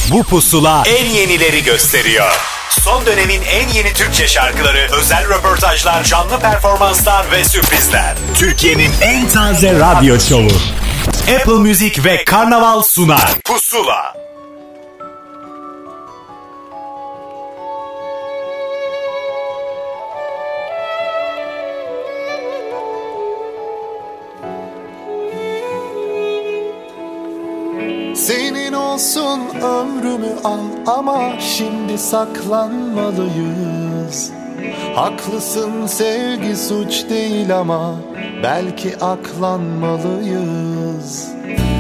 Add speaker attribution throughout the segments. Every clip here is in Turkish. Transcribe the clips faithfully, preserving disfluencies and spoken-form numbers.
Speaker 1: Bu pusula en yenileri gösteriyor. Son dönemin en yeni Türkçe şarkıları, özel röportajlar, canlı performanslar ve sürprizler. Türkiye'nin en taze radyo şovu. Apple Music ve Karnaval sunar. Pusula.
Speaker 2: Senin olsun ömrümü al ama şimdi saklanmalıyız. Haklısın, sevgi suç değil ama belki aklanmalıyız.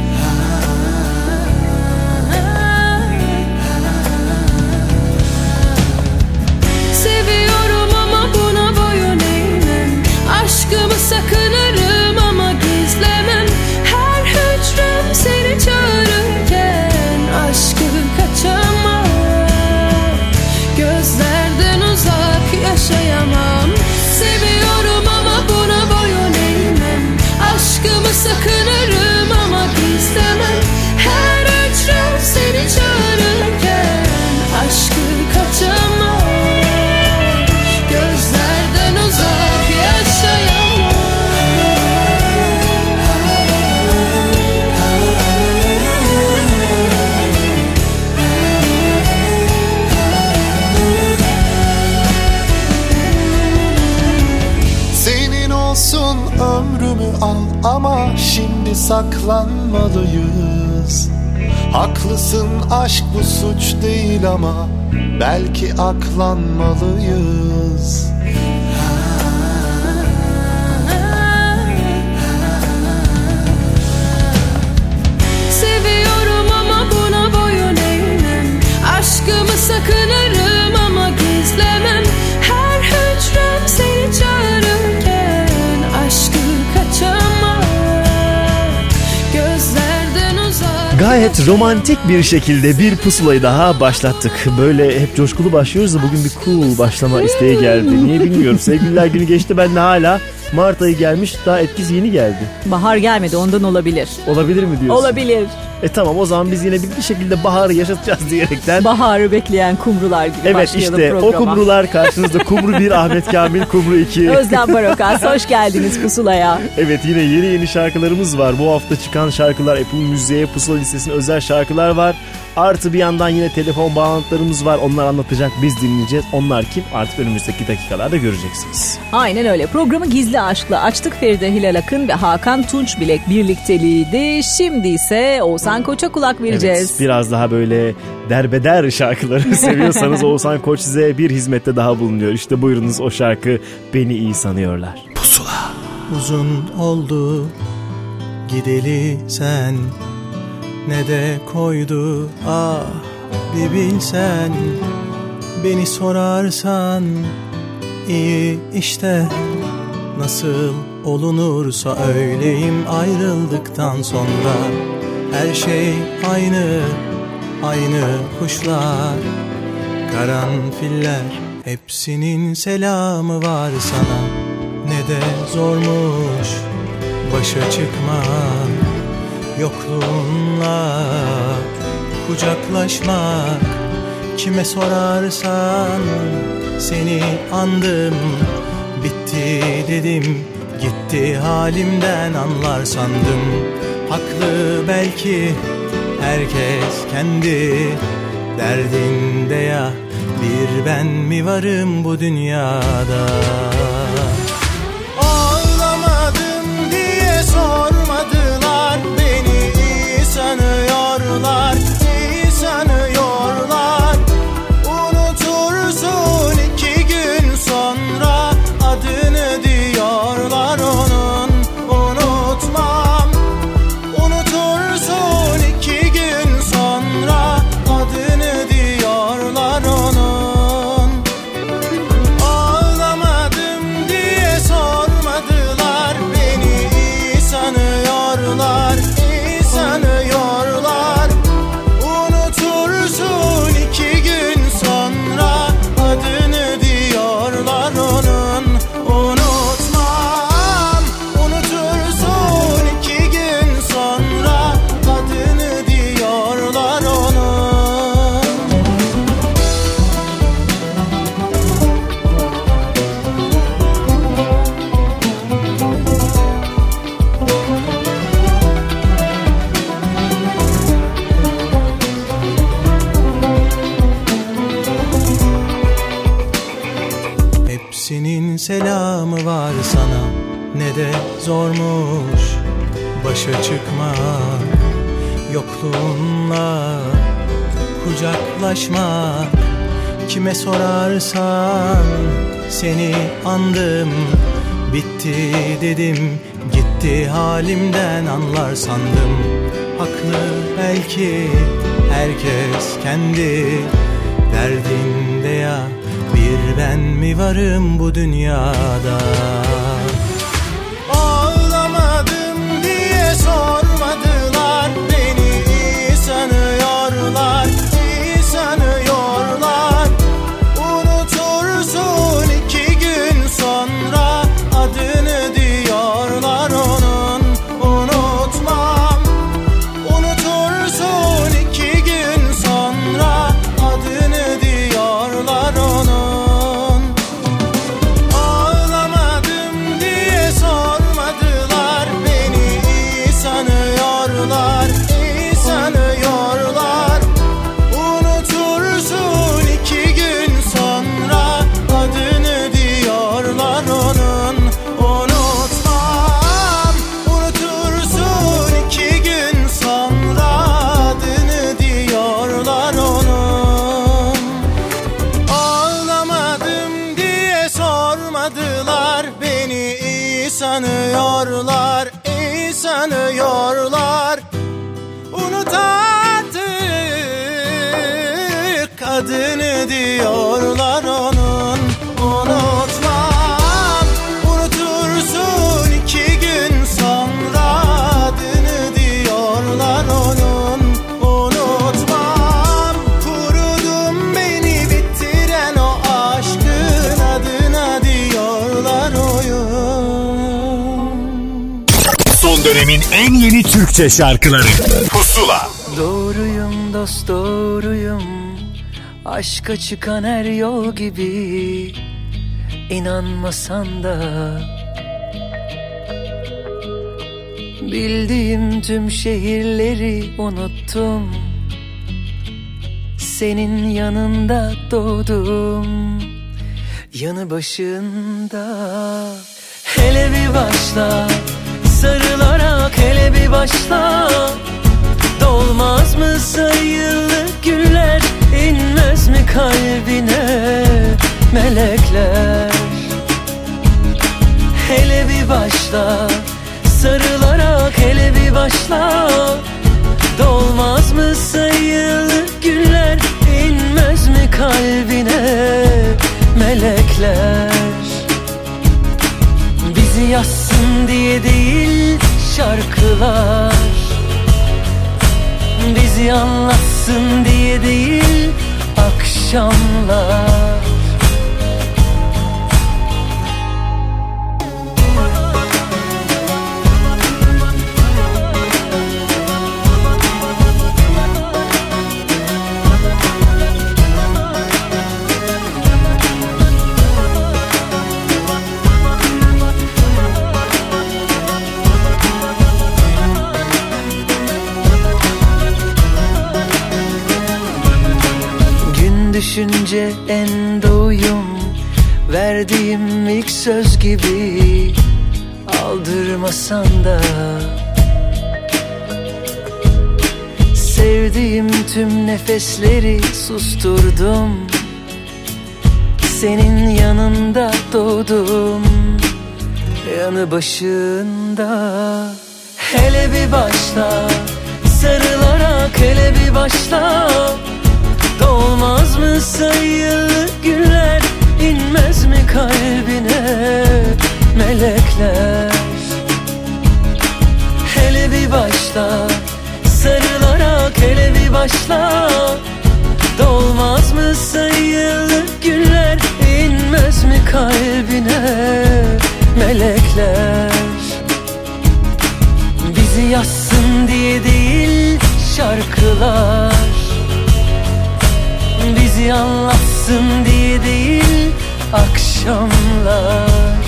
Speaker 3: Seviyorum ama buna boyun eğmem. Aşkımı sakınırım ama gizlemem. Her hücrem seni çağırırken aşkı kaçamam. Gözlerden uzak yaşayamam. Seviyorum ama buna boyun eğmem. Aşkımı sakınırım ama gizlemem. Her hücrem seni çağırırken aşkı kaçamam. Gözlerden uzak yaşayamam.
Speaker 2: Senin olsun ömrümü al ama şimdi saklanmalıyız. Haklısın, aşk bu suç değil ama belki aklanmalıyız.
Speaker 3: Seviyorum ama buna boyun eğmem. Aşkımı sakınırım ama gizlemem. Her hücrem seni çağırırken aşkı kaçamam. Gözlerden uzak.
Speaker 4: Gayet romantik bir şekilde bir pusulayı daha başlattık. Böyle hep coşkulu başlıyoruz da bugün bir cool başlama isteği geldi. Niye bilmiyorum. Sevgililer günü geçti, ben de hala Mart ayı gelmiş, daha etkisi yeni geldi.
Speaker 5: Bahar gelmedi, ondan olabilir.
Speaker 4: Olabilir mi diyorsun?
Speaker 5: Olabilir.
Speaker 4: E tamam, o zaman biz yine bir şekilde baharı yaşatacağız diyerekten.
Speaker 5: Baharı bekleyen kumrular gibi
Speaker 4: evet,
Speaker 5: başlayalım
Speaker 4: işte
Speaker 5: programa.
Speaker 4: O kumrular karşınızda. Kumru bir Ahmet Kamil, Kumru iki.
Speaker 5: Özlem Barokas, hoş geldiniz Pusula'ya.
Speaker 4: Evet, yine yeni yeni şarkılarımız var. Bu hafta çıkan şarkılar Apple Müziğe, Pusula listesinin özel şarkılar var. Artı bir yandan yine telefon bağlantılarımız var. Onlar anlatacak, biz dinleyeceğiz. Onlar kim? Artık önümüzdeki dakikalarda göreceksiniz.
Speaker 5: Aynen öyle. Programı Gizli Aşk'la açtık. Feride Hilal Akın ve Hakan Tunçbilek birlikteliğiydi. Şimdi ise Oğuzhan Koç'a kulak vereceğiz.
Speaker 4: Evet, biraz daha böyle derbeder şarkıları seviyorsanız Oğuzhan Koç size bir hizmette daha bulunuyor. İşte buyurunuz o şarkı, Beni İyi Sanıyorlar.
Speaker 2: Pusula.
Speaker 6: Uzun oldu gideli sen, ne de koydu ah bir bilsen. Beni sorarsan iyi işte, nasıl olunursa öyleyim ayrıldıktan sonra. Her şey aynı, aynı kuşlar, karanfiller, hepsinin selamı var sana. Ne de zormuş başa çıkmak, yokluğunla kucaklaşmak. Kime sorarsan seni andım, bitti dedim, gitti halimden anlar sandım. Haklı belki herkes kendi derdinde ya, bir ben mi varım bu dünyada? Ağlamadım diye sormadılar, beni iyi sanıyorlar, iyi sanıyorlar. Unutursun iki gün sonra adını diyorlar onun, unutmam. Unutursun iki gün sonra adını diyorlar onun. Ağlamadım diye sormadılar, beni iyi sanıyorlar, iyi sanıyorlar. mı var sana, ne de zormuş başa çıkmak, yokluğunla kucaklaşmak. Kime sorarsan seni andım, bitti dedim, gitti halimden anlar sandım. Haklı belki herkes kendi derdinde ya, bir ben mi varım bu dünyada? Ağlamadım diye sormadılar, beni iyi sanıyorlar, iyi sanıyorlar. Unutursun iki gün sonra adını diyorlar onun, unutmam. Unutursun iki gün sonra adını diyorlar onun. Ağlamadım diye sormadılar, beni iyi sanıyorlar, iyi sanıyorlar. Unutursun iki gün sonra adını diyorlar onun, unutmam. Unutursun iki gün sonra adını diyorlar onun. Ağlamadım diye sormadılar, beni iyi sanıyorlar, iyi sanıyorlar. Unut artık adını diyorlar onun, unutmam. Unutursun iki gün sonra adını diyorlar onun, unutmam. Kurudum beni bitiren o aşkın adına diyorlar oyun.
Speaker 1: Son dönemin en yeni Türkçe şarkıları Pusula.
Speaker 7: Doğruyum dost doğruyum, aşka çıkan her yol gibi. İnanmasan da bildiğim tüm şehirleri unuttum. Senin yanında doğdum, yanı başında. Hele bir başla, sarılarak hele bir başla. Dolmaz mı sayılı güller, inmez mi kalbine melekler? Hele bir başla, sarılarak hele bir başla. Dolmaz mı sayılı güller, inmez mi kalbine melekler? Bizi yazsın diye değil şarkılar, bizi anlatsın diye değil akşamlar. Düşünce en doğuyum, verdiğim ilk söz gibi. Aldırmasan da sevdiğim tüm nefesleri susturdum. Senin yanında doğdum, yanı başında. Hele bir başla, sarılarak hele bir başla. Dolmaz mı sayılı güller, inmez mi kalbine melekler? Hele bir başla, sarılarak hele bir başla. Dolmaz mı sayılı güller, inmez mi kalbine melekler? Bizi yazsın diye değil şarkılar, bizi anlatsın diye değil akşamlar.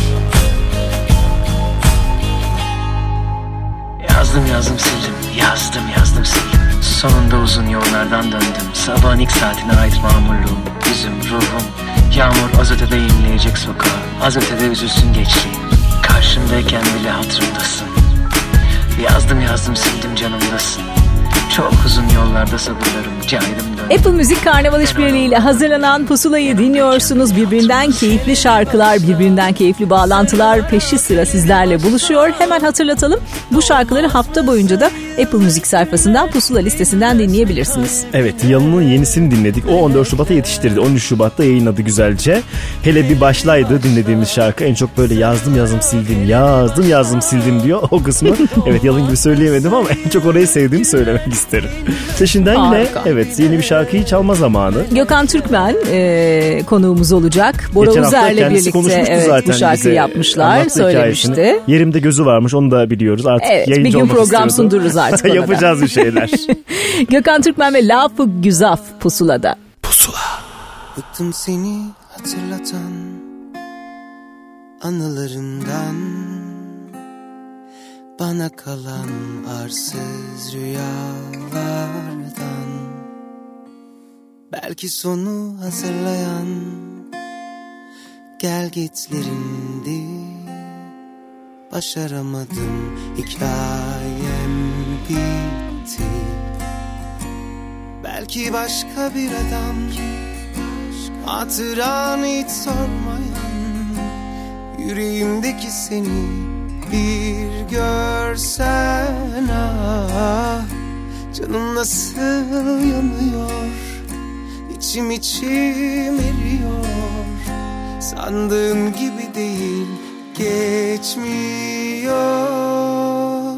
Speaker 7: Yazdım yazdım sildim, yazdım yazdım sildim. Sonunda uzun yollardan döndüm. Sabahın ilk saatine ait mamurluğum, yüzüm, ruhum Yağmur az ötede inleyecek sokağa. Az ötede üzülsün geçtiğim. Karşımdayken bile hatırımdasın. Yazdım yazdım sildim canımdasın. Çok uzun yollarda sabırlarım caydım döndüm.
Speaker 5: Apple Müzik Karnaval İşbirliği ile hazırlanan Pusula'yı dinliyorsunuz. Birbirinden keyifli şarkılar, birbirinden keyifli bağlantılar peşi sıra sizlerle buluşuyor. Hemen hatırlatalım. Bu şarkıları hafta boyunca da Apple Müzik sayfasından Pusula listesinden dinleyebilirsiniz.
Speaker 4: Evet, Yalın'ın yenisini dinledik. O on dört Şubat'a yetiştirdi. on üç Şubat'ta yayınladı güzelce. Hele bir başlaydı dinlediğimiz şarkı. En çok böyle yazdım yazdım sildim, yazdım yazdım sildim diyor o kısmı. Evet, Yalın gibi söyleyemedim ama en çok orayı sevdiğimi söylemek isterim. Seçinden yine
Speaker 5: Harika.
Speaker 4: evet yeni bir şarkıyı çalma zamanı.
Speaker 5: Gökhan Türkmen e, konuğumuz olacak. Bora
Speaker 4: Geçen hafta
Speaker 5: Uzer'le
Speaker 4: kendisi
Speaker 5: birlikte
Speaker 4: konuşmuştu
Speaker 5: evet,
Speaker 4: zaten
Speaker 5: bu şarkıyı
Speaker 4: bize,
Speaker 5: yapmışlar,
Speaker 4: anlattı
Speaker 5: söylemişti.
Speaker 4: hikayesini. Yerimde gözü varmış, onu da biliyoruz. Artık
Speaker 5: Evet,
Speaker 4: yayıncı
Speaker 5: bir gün
Speaker 4: olmak
Speaker 5: program
Speaker 4: istiyordu.
Speaker 5: sundururuz artık ona da.
Speaker 4: Yapacağız bir şeyler.
Speaker 5: Gökhan Türkmen ve Lafı Güzaf Pusula'da.
Speaker 6: Bıktım seni hatırlatan anılarından, bana kalan arsız rüyalardan. Belki sonu hazırlayan gelgitlerindi. Başaramadım, hikayem bitti. Belki başka bir adam, hatıranı hiç sormayan. Yüreğimdeki seni bir görsen, ah, canım nasıl yanıyor, içim içim eriyor. Sandığın gibi değil, geçmiyor.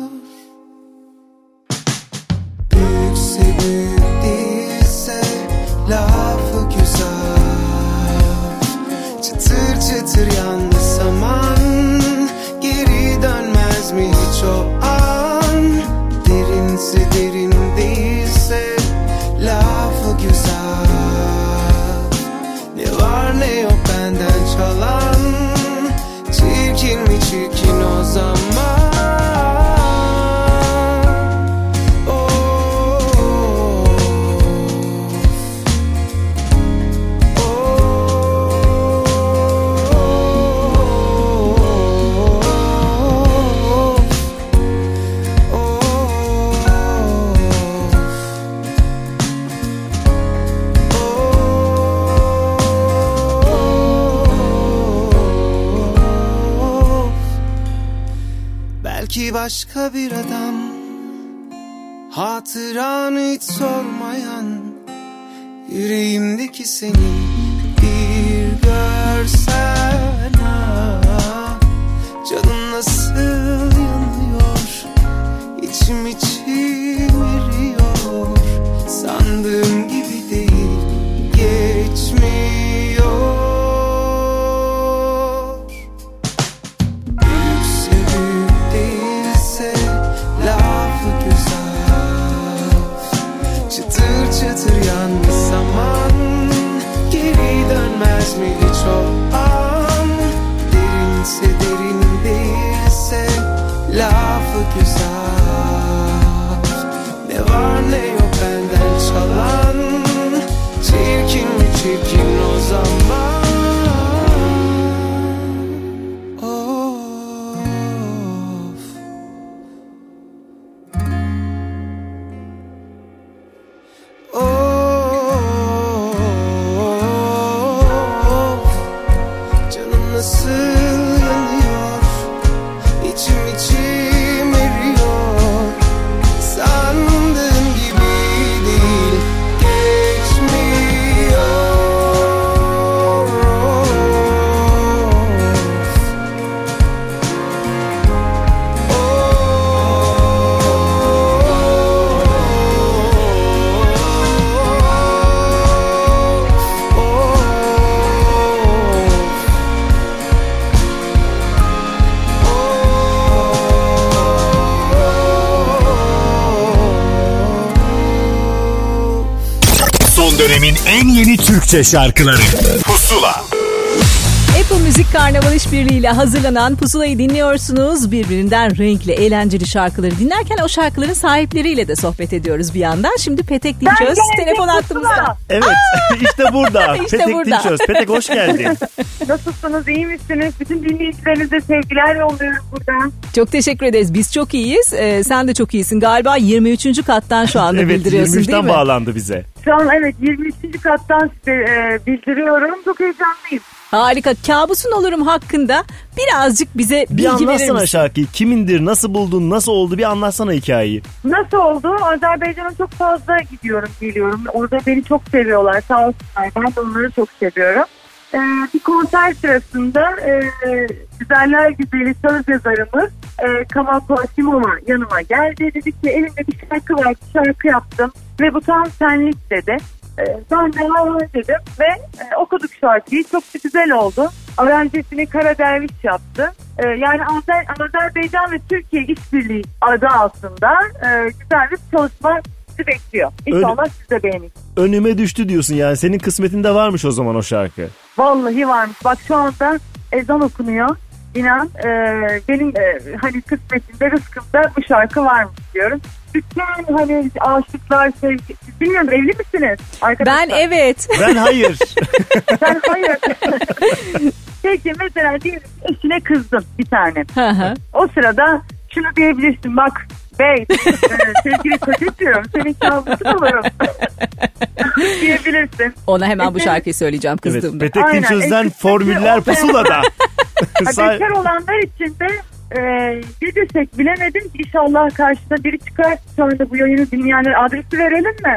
Speaker 6: Büyükse büyük değilse lafı güzel, çıtır çıtır yandı saman, geri dönmez mi hiç o an? Derinse derin değilse lafı güzel, ne var ne yok benden çalan, çirkin mi çirkin o zaman. Belki başka bir adam, hatıranı hiç sormayan. Yüreğimdeki seni bir görsen, ah, canım nasıl yanıyor, içim içim eriyor. Sandığım gibi değil, geçmiyor. Büyükse büyük değilse lafı güzel, çıtır çıtır yandı zaman, geri dönmez mi hiç o an? Derinse derin değilse lafı güzel, ne var ne yok benden çalan, çirkin mi çirkin o zaman.
Speaker 1: Dönemin en yeni Türkçe şarkıları Pusula.
Speaker 5: Apple Müzik Karnaval İşbirliği'yle hazırlanan Pusulayı dinliyorsunuz. Birbirinden renkli, eğlenceli şarkıları dinlerken o şarkıların sahipleriyle de sohbet ediyoruz bir yandan. Şimdi Petek Dinçöz telefon attığımızda.
Speaker 4: Evet işte burada.
Speaker 5: İşte
Speaker 4: Petek
Speaker 5: burada.
Speaker 4: Dinçöz. Petek hoş geldin.
Speaker 8: Nasılsınız, iyi misiniz? Bütün dinleyicilerinize sevgiler yolluyorum buradan.
Speaker 5: Çok teşekkür ederiz. Biz çok iyiyiz. Ee, sen de çok iyisin. Galiba yirmi üçüncü kattan şu anda
Speaker 4: Evet
Speaker 5: bildiriyorsun
Speaker 4: yirmi
Speaker 5: değil
Speaker 4: üçten
Speaker 5: mi?
Speaker 4: bağlandı bize.
Speaker 8: Şu an evet yirmi üçüncü kattan size e, bildiriyorum. Çok heyecanlıyım.
Speaker 5: Harika. Kabusun olurum hakkında birazcık bize
Speaker 4: Bir
Speaker 5: bilgi verir
Speaker 4: anlatsana
Speaker 5: misin?
Speaker 4: şarkıyı. Kimindir, nasıl buldun, nasıl oldu bir anlatsana hikayeyi.
Speaker 8: Nasıl oldu? Azerbaycan'a çok fazla gidiyorum, geliyorum. Orada beni çok seviyorlar. Sağ olsunlar. Ben de onları çok seviyorum. Ee, bir konser sırasında e, Güzeller Güzeli söz yazarımız e, Kamal Kosimova yanıma geldi. Dedi ki elimde bir şarkı var, bir şarkı yaptım ve bu tam senlik dedi. E, ben de var dedim ve e, okuduk şarkıyı. Çok da güzel oldu. Aranjesini Kara Derviş yaptı. E, yani Azer, Azerbaycan ve Türkiye işbirliği adı altında e, güzel bir çalışma sizi bekliyor. İnşallah siz de beğenin.
Speaker 4: Önüme düştü diyorsun yani. Senin kısmetinde varmış o zaman o şarkı.
Speaker 8: Vallahi varmış. Bak şu anda ezan okunuyor. İnan e, benim e, hani kısmetimde, rızkımda bu şarkı varmış diyorum. Bütün hani aşıklar, sevgi... Bilmiyorum evli misiniz arkadaşlar?
Speaker 5: Ben evet.
Speaker 4: Ben hayır.
Speaker 8: Sen hayır. Peki mesela diyelim ki eşine kızdın bir tane.
Speaker 5: Hı hı.
Speaker 8: O sırada şunu diyebilirsin. Bak bey e, sevgili kocacığım senin kabusun olurum. Diyebilirsin.
Speaker 5: Ona hemen bu şarkıyı söyleyeceğim
Speaker 4: Evet,
Speaker 5: kızdığımda.
Speaker 4: Petek
Speaker 8: Aynen,
Speaker 4: Dinçöz'den
Speaker 8: eski-
Speaker 4: formüller
Speaker 8: eski-
Speaker 4: pusulada.
Speaker 8: Ha,
Speaker 4: Say-
Speaker 8: bekar olanlar için de e, ne desek bilemedim. İnşallah karşına biri çıkar. Şu anda bu yayını dinleyenler adresi verelim mi?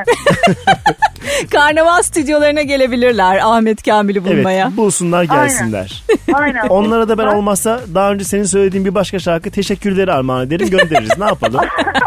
Speaker 5: Karnaval stüdyolarına gelebilirler Ahmet Kamil'i bulmaya.
Speaker 4: Evet bulsunlar gelsinler.
Speaker 8: Aynen.
Speaker 4: Onlara da ben olmazsa daha önce senin söylediğin bir başka şarkı teşekkürleri armağan ederim göndeririz. Ne yapalım?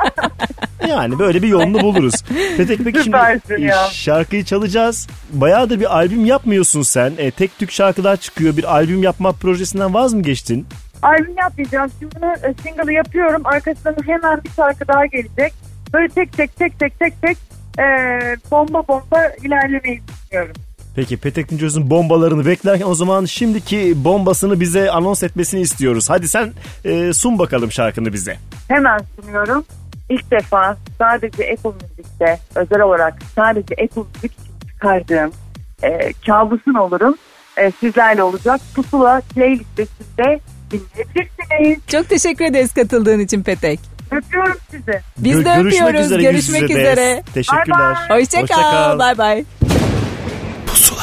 Speaker 4: Yani böyle bir yolunu buluruz. Petek peki
Speaker 8: Süpersin
Speaker 4: şimdi
Speaker 8: ya.
Speaker 4: şarkıyı çalacağız. Bayağı da bir albüm yapmıyorsun sen. E, tek tük şarkılar çıkıyor. Bir albüm yapma projesinden vaz mı geçtin?
Speaker 8: Albüm yapmayacağım. Şimdi bunu e, single'ı yapıyorum. Arkasından hemen bir şarkı daha gelecek. Böyle tek tek tek tek tek tek e, bomba bomba ilerlemeyi düşünüyorum.
Speaker 4: Peki Petek Dinçöz'ün bombalarını beklerken o zaman şimdiki bombasını bize anons etmesini istiyoruz. Hadi sen e, sun bakalım şarkını bize.
Speaker 8: Hemen sunuyorum. İlk defa sadece Apple Müzik'te özel olarak sadece Apple Müzik için çıkardığım e, kabusun olurum. E, sizlerle olacak. Pusula playlistinde dinleyebilirsiniz.
Speaker 5: Çok teşekkür ederiz katıldığın için Petek.
Speaker 8: Öpüyorum sizi.
Speaker 5: Biz
Speaker 4: Gö-
Speaker 5: de
Speaker 4: görüşmek
Speaker 5: öpüyoruz.
Speaker 4: üzere, yüz
Speaker 5: Görüşmek
Speaker 4: yüze de.
Speaker 5: üzere.
Speaker 4: Teşekkürler.
Speaker 8: Bye bye.
Speaker 5: Hoşça
Speaker 4: Hoşça
Speaker 5: kal.
Speaker 4: kal.
Speaker 5: Bay bay.
Speaker 1: Pusula.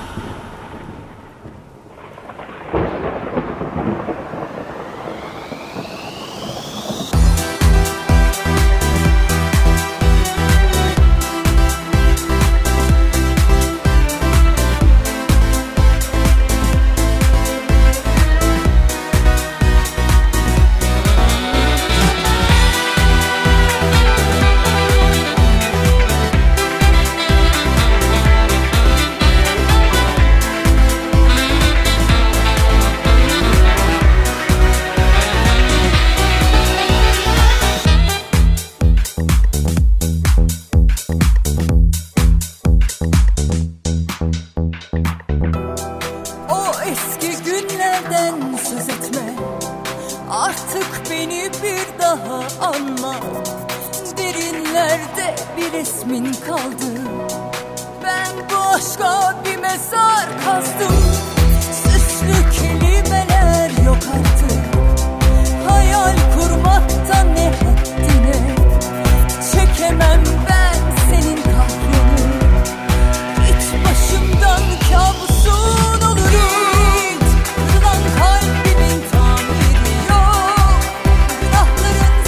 Speaker 3: O eski günlerden söz etme. Artık beni bir daha anma. Derinlerde bir resmin kaldı. Ben bu aşka bir mezar kazdım. Süslü kelimeler yok artık. Hayal kurmaktan ne haddine. Çekemem ben senin kahrını. Git başımdan kabusun olurum. Kırılan kalbimin tamiri yok. Günahların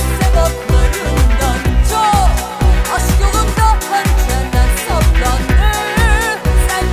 Speaker 3: sevaplarından çok. Aşk yolunda hançerler saplandı. Sen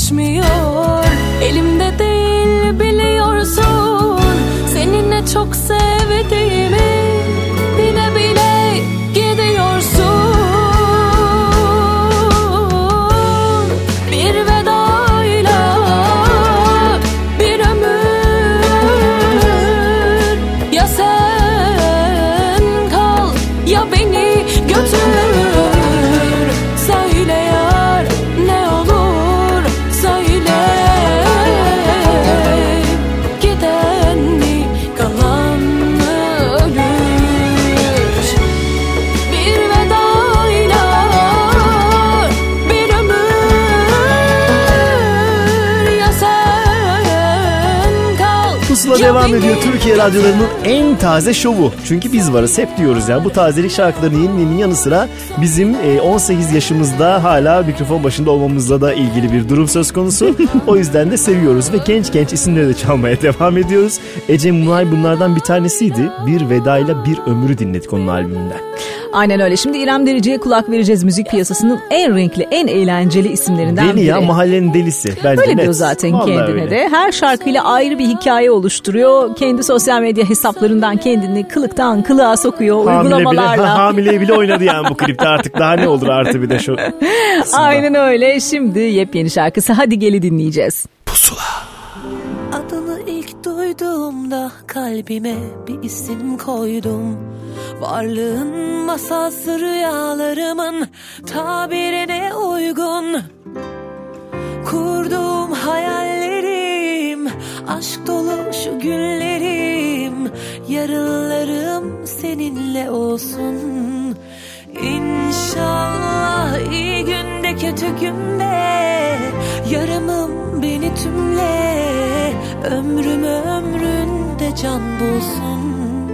Speaker 3: geçmiyor. Elimde değil biliyorsun, seninle çok sevdiğimi bile bile gidiyorsun. Bir vedayla bir ömür, ya sen kal ya beni götür. Söyle yar ne olur söyle, giden mi kalan mı ölür? Bir vedayla bir ömür, ya sen kal.
Speaker 4: Pusula
Speaker 3: ya
Speaker 4: devam
Speaker 3: beni
Speaker 4: ediyor. Türkiye radyolarının en taze şovu. Çünkü biz varız, hep diyoruz ya. Bu tazelik şarkılarının yenilerinin yanı sıra bizim on sekiz yaşımızda hala mikrofon başında olmamızla da ilgili bir durum söz konusu. O yüzden de seviyoruz ve genç genç isimleri de çalmaya devam ediyoruz. Ece Munay bunlardan bir tanesiydi. Bir vedayla bir ömrü dinledik onun albümünden.
Speaker 5: Aynen öyle. Şimdi İrem Derici'ye kulak vereceğiz, müzik piyasasının en renkli, en eğlenceli isimlerinden
Speaker 4: Deli
Speaker 5: biri.
Speaker 4: ya, mahallenin delisi. Bence
Speaker 5: Öyle
Speaker 4: net.
Speaker 5: diyor zaten
Speaker 4: Vallahi
Speaker 5: kendine
Speaker 4: öyle.
Speaker 5: de. Her şarkıyla ayrı bir hikaye oluşturuyor. Kendi sosyal medya hesaplarından kendini kılıktan kılığa sokuyor,
Speaker 4: Hamile
Speaker 5: uygulamalarla.
Speaker 4: bile, ha, hamileye bile oynadı yani bu klipte, artık daha ne olur artı bir de şu.
Speaker 5: Aynen öyle. Şimdi yepyeni şarkısı Hadi Gel'i dinleyeceğiz.
Speaker 3: Adını ilk duyduğumda kalbime bir isim koydum. Varlığın masalsı rüyalarımın tabirine uygun. Kurduğum hayallerim, aşk dolu şu günlerim, yarınlarım seninle olsun. İnşallah iyi günde kötü günde yarımım beni tümle, ömrüm ömründe can bulsun.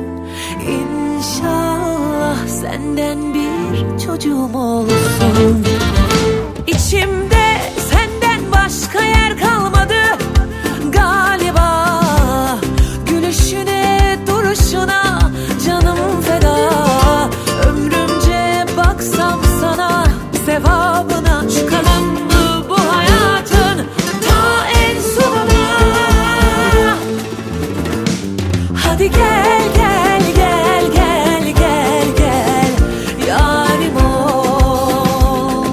Speaker 3: İnşallah senden bir çocuğum olsun. İçimde senden başka yer kalmadı galiba. Gülüşüne, duruşuna canım feda. Ömrümce baksam sana, sevabına çıkalım mı bu hayatın ta en sonuna. Hadi gel gel gel gel gel gel yarim ol.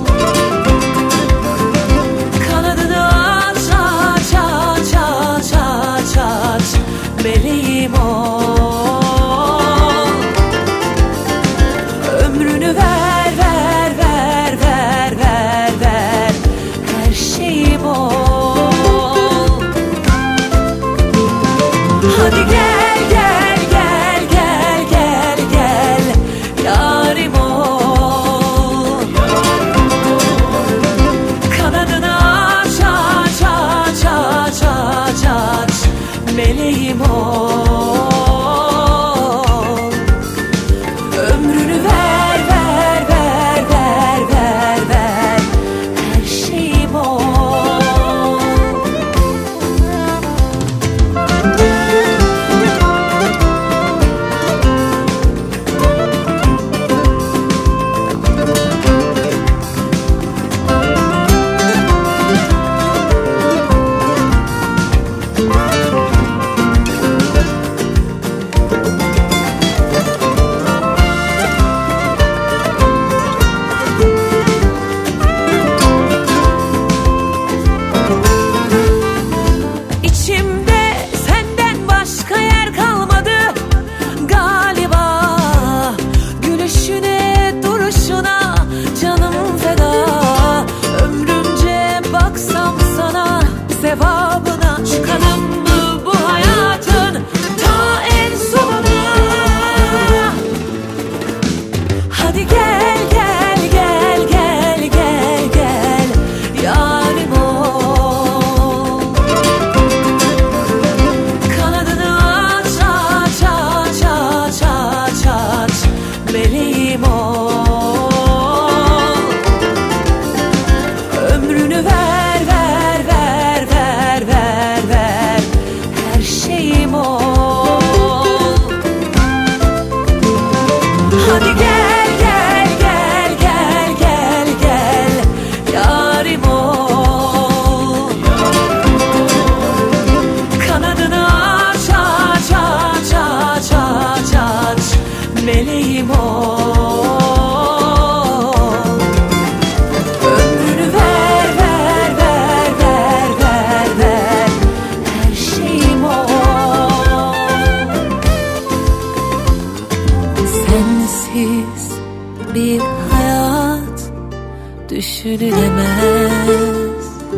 Speaker 3: düşünülemez.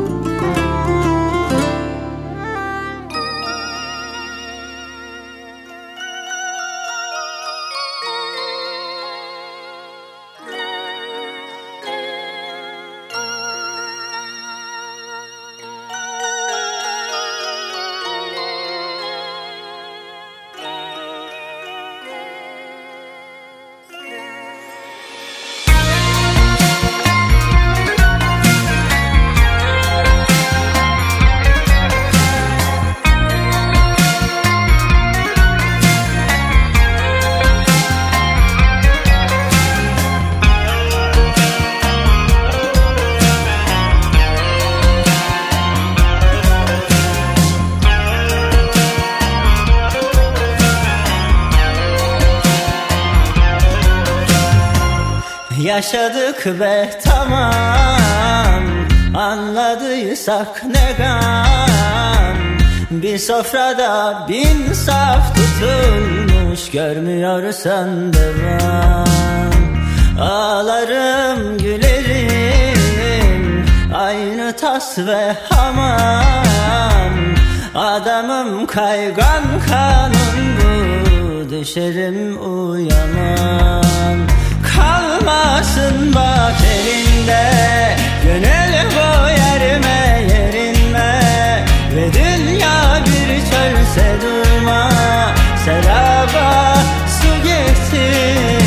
Speaker 9: Yaşadık ve tamam, anladıysak ne gam. Bir sofrada bin saf tutulmuş, görmüyorsan devam. Ağlarım gülerim, aynı tas ve hamam. Adamım kaygan kanun bu, düşerim uyanam. Kalmasın bak elinde, gönül bu yerime yerinme. Ve dünya bir çölse durma, seraba su getir.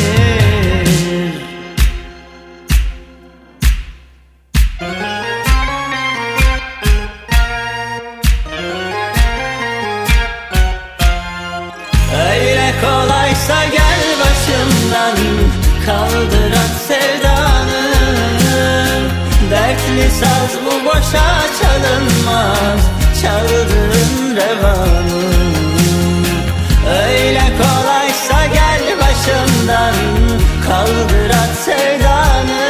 Speaker 9: Öyle kolaysa gel başımdan, kaldır at sevdanı. Dertli saz bu boşa çalınmaz, çaldığın revanı. Öyle kolaysa gel başımdan, kaldır at sevdanı.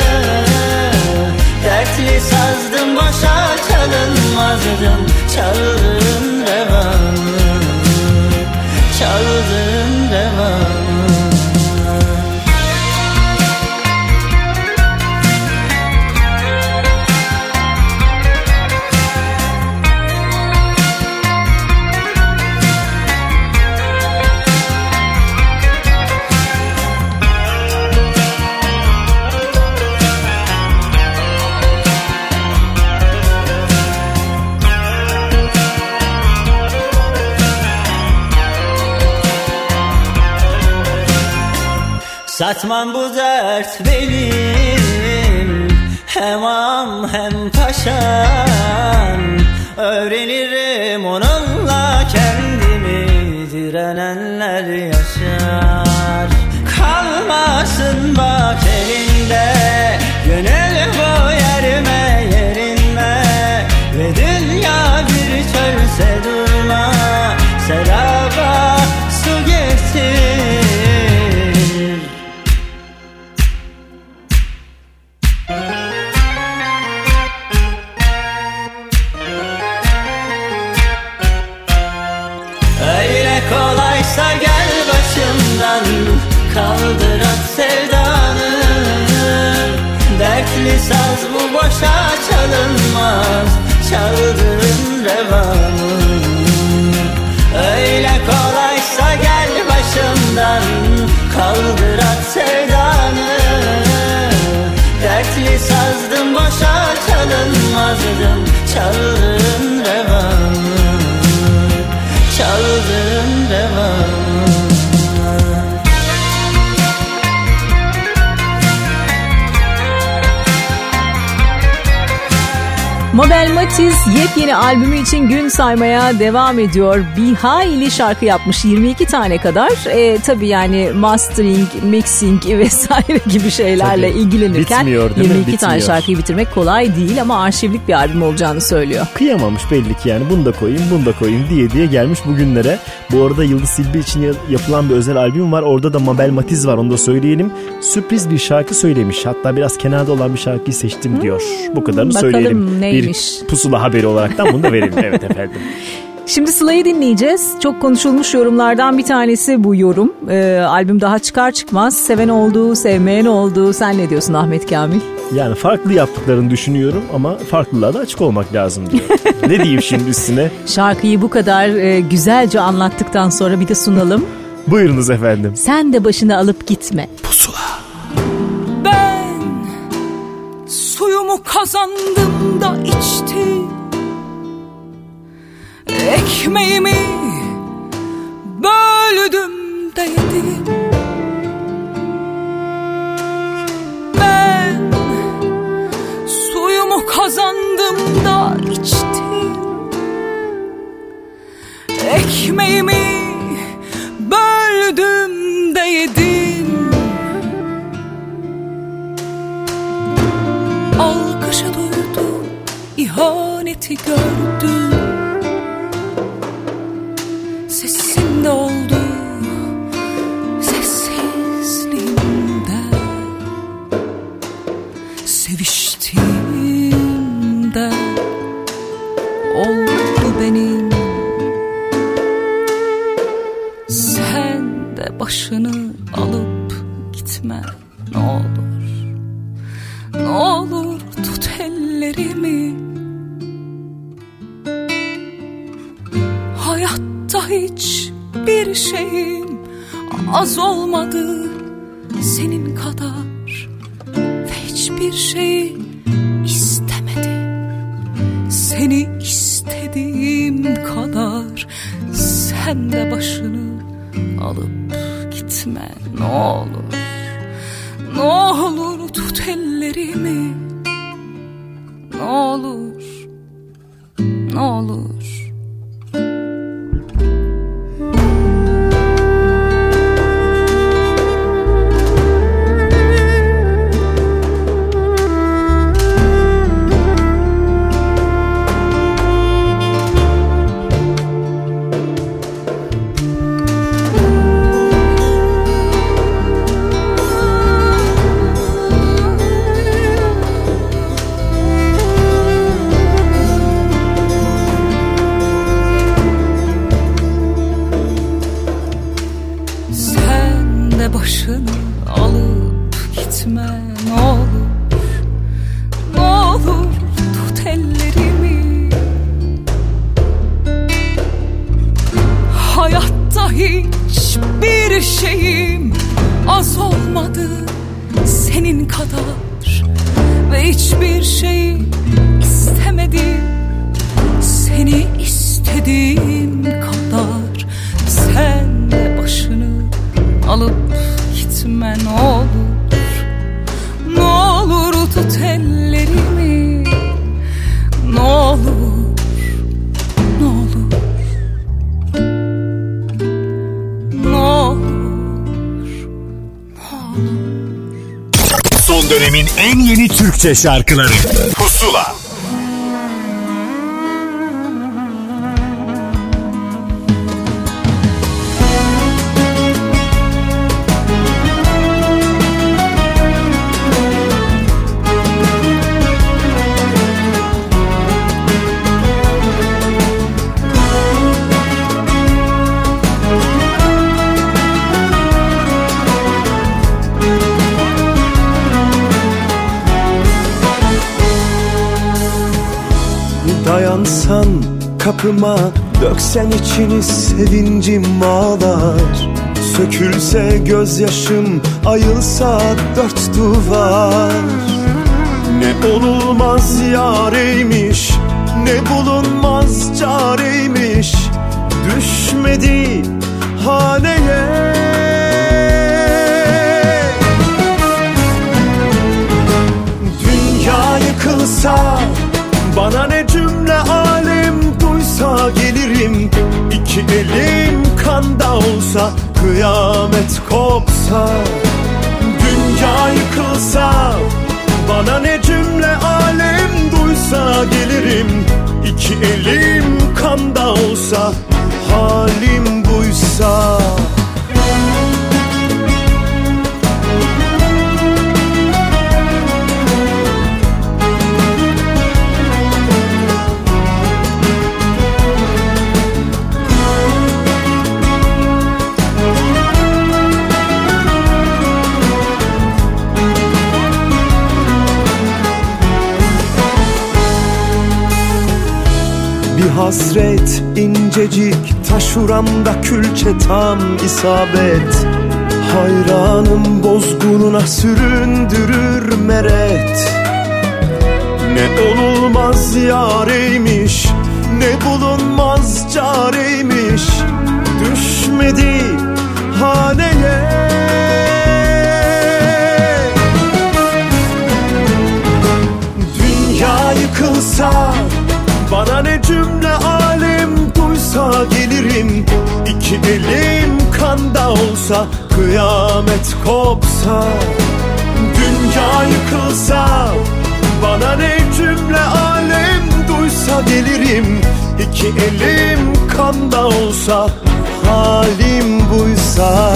Speaker 9: Dertli sazdım boşa çalınmazdım, çaldığın revanı. Çaldığın revanı. Satmam bu dert benim, hem am hem paşam. Öğrenirim onunla kendimi, direnenler yaşar. Kalmasın bak elinde, gönül bu yerime yerinme. Ve dünya bir çölse durma, seraba su getir. Kolaysa gel başımdan, kaldır at sevdanı. Dertli saz bu boşa çalınmaz, çaldığın revanı. Öyle kolaysa gel başımdan, kaldır at sevdanı. Dertli sazdım boşa çalınmazdım, çaldığın revanı. Çaldığın revanı.
Speaker 5: Mabel Matiz yepyeni albümü için gün saymaya devam ediyor. Bir hayli şarkı yapmış, yirmi iki tane kadar. E, tabii yani mastering, mixing vesaire gibi şeylerle tabii ilgilenirken
Speaker 4: bitmiyor,
Speaker 5: yirmi iki tane şarkıyı bitirmek kolay değil ama arşivlik bir albüm olacağını söylüyor.
Speaker 4: Kıyamamış belli ki, yani bunu da koyayım bunu da koyayım diye diye gelmiş bugünlere. Bu arada Yıldız Silbe için yapılan bir özel albüm var. Orada da Mabel Matiz var, onu da söyleyelim. Sürpriz bir şarkı söylemiş. Hatta biraz kenarda olan bir şarkıyı seçtim hmm. diyor. Bu kadarını
Speaker 5: Bakalım
Speaker 4: söyleyelim.
Speaker 5: neymiş?
Speaker 4: Bir pusula haberi olaraktan bunu da verelim. Evet efendim.
Speaker 5: Şimdi Sıla'yı dinleyeceğiz. Çok konuşulmuş yorumlardan bir tanesi bu yorum. Ee, albüm daha çıkar çıkmaz seven oldu, sevmeyen oldu. Sen ne diyorsun Ahmet Kamil?
Speaker 4: Yani farklı yaptıklarını düşünüyorum ama farklılığa da açık olmak lazım diyor. Ne diyeyim şimdi üstüne?
Speaker 5: Şarkıyı bu kadar e, güzelce anlattıktan sonra bir de sunalım.
Speaker 4: Buyurunuz efendim.
Speaker 5: Sen de başını alıp gitme.
Speaker 4: Pusula.
Speaker 3: Ben suyumu kazandım da içtim, ekmeğimi böldüm de yedim. Ben suyumu kazandım da içtim, ekmeğimi böldüm de yedim. Alkışı duydum, ihaneti gördüm. Sesimde oldu, sessizliğimde. Seviştiğimde oldu benim. Sen de başını alıp gitme ne olur. Ne olur tut ellerimi. Hayatta hiç bir şeyim az olmadı senin kadar ve hiçbir şey istemedim seni istediğim kadar. Sen de başını alıp gitme ne olur. Ne olur tut ellerimi. Ne olur, ne olur. Başını alıp gitme ne olur. Ne olur tut ellerimi. Hayatta hiçbir şeyim az olmadı senin kadar ve hiçbir şey istemedim seni istediğim kadar. Sen de başını alıp gitme ne olur. Ne olur tut ellerimi. Ne olur, ne olur. Ne olur, ne olur.
Speaker 1: Son dönemin en yeni Türkçe şarkıları Pusula.
Speaker 6: Dayansan kapıma, döksen içini sevincim ağlar. Sökülse gözyaşım, ayılsa dört duvar. Ne olulmaz yareymiş, ne bulunmaz çareymiş. Düşmedi haneye. Dünya yıkılsa, bana ne cümle alem duysa gelirim. İki elim kanda olsa, kıyamet kopsa. Dünya yıkılsa, bana ne cümle alem duysa gelirim. İki elim kanda olsa, halim buysa.
Speaker 2: hasret incecik, taşuramda külçe tam isabet. Hayranım bozgununa süründürür meret. Ne olulmaz yareymiş, ne bulunmaz careymiş. Düşmedi haneye. Dünya yıkılsa, bana ne cümle alem duysa gelirim. İki elim kanda olsa, kıyamet kopsa. Dünya yıkılsa, bana ne cümle alem duysa gelirim. İki elim kanda olsa, halim buysa.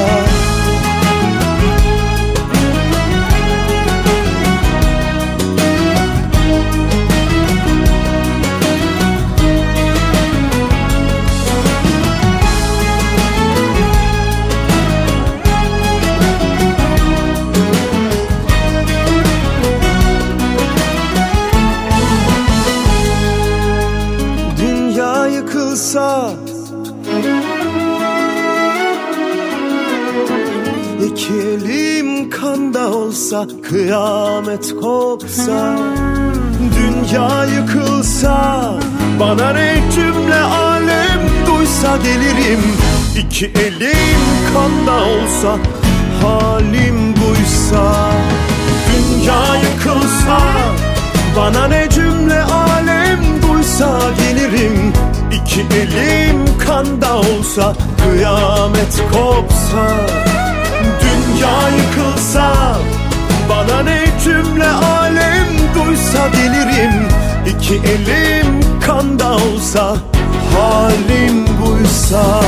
Speaker 2: İki elim kanda olsa, kıyamet kopsa. Dünya yıkılsa, bana ne cümle alem duysa gelirim. İki elim kanda olsa, halim buysa. Dünya yıkılsa, bana ne cümle alem duysa gelirim. İki elim kanda olsa, kıyamet kopsa. Dünya yıkılsa, bana ne cümle alem duysa gelirim. İki elim kanda olsa, halim buysa.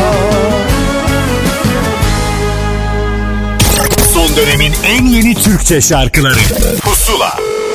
Speaker 1: Son dönemin en yeni Türkçe şarkıları Pusula.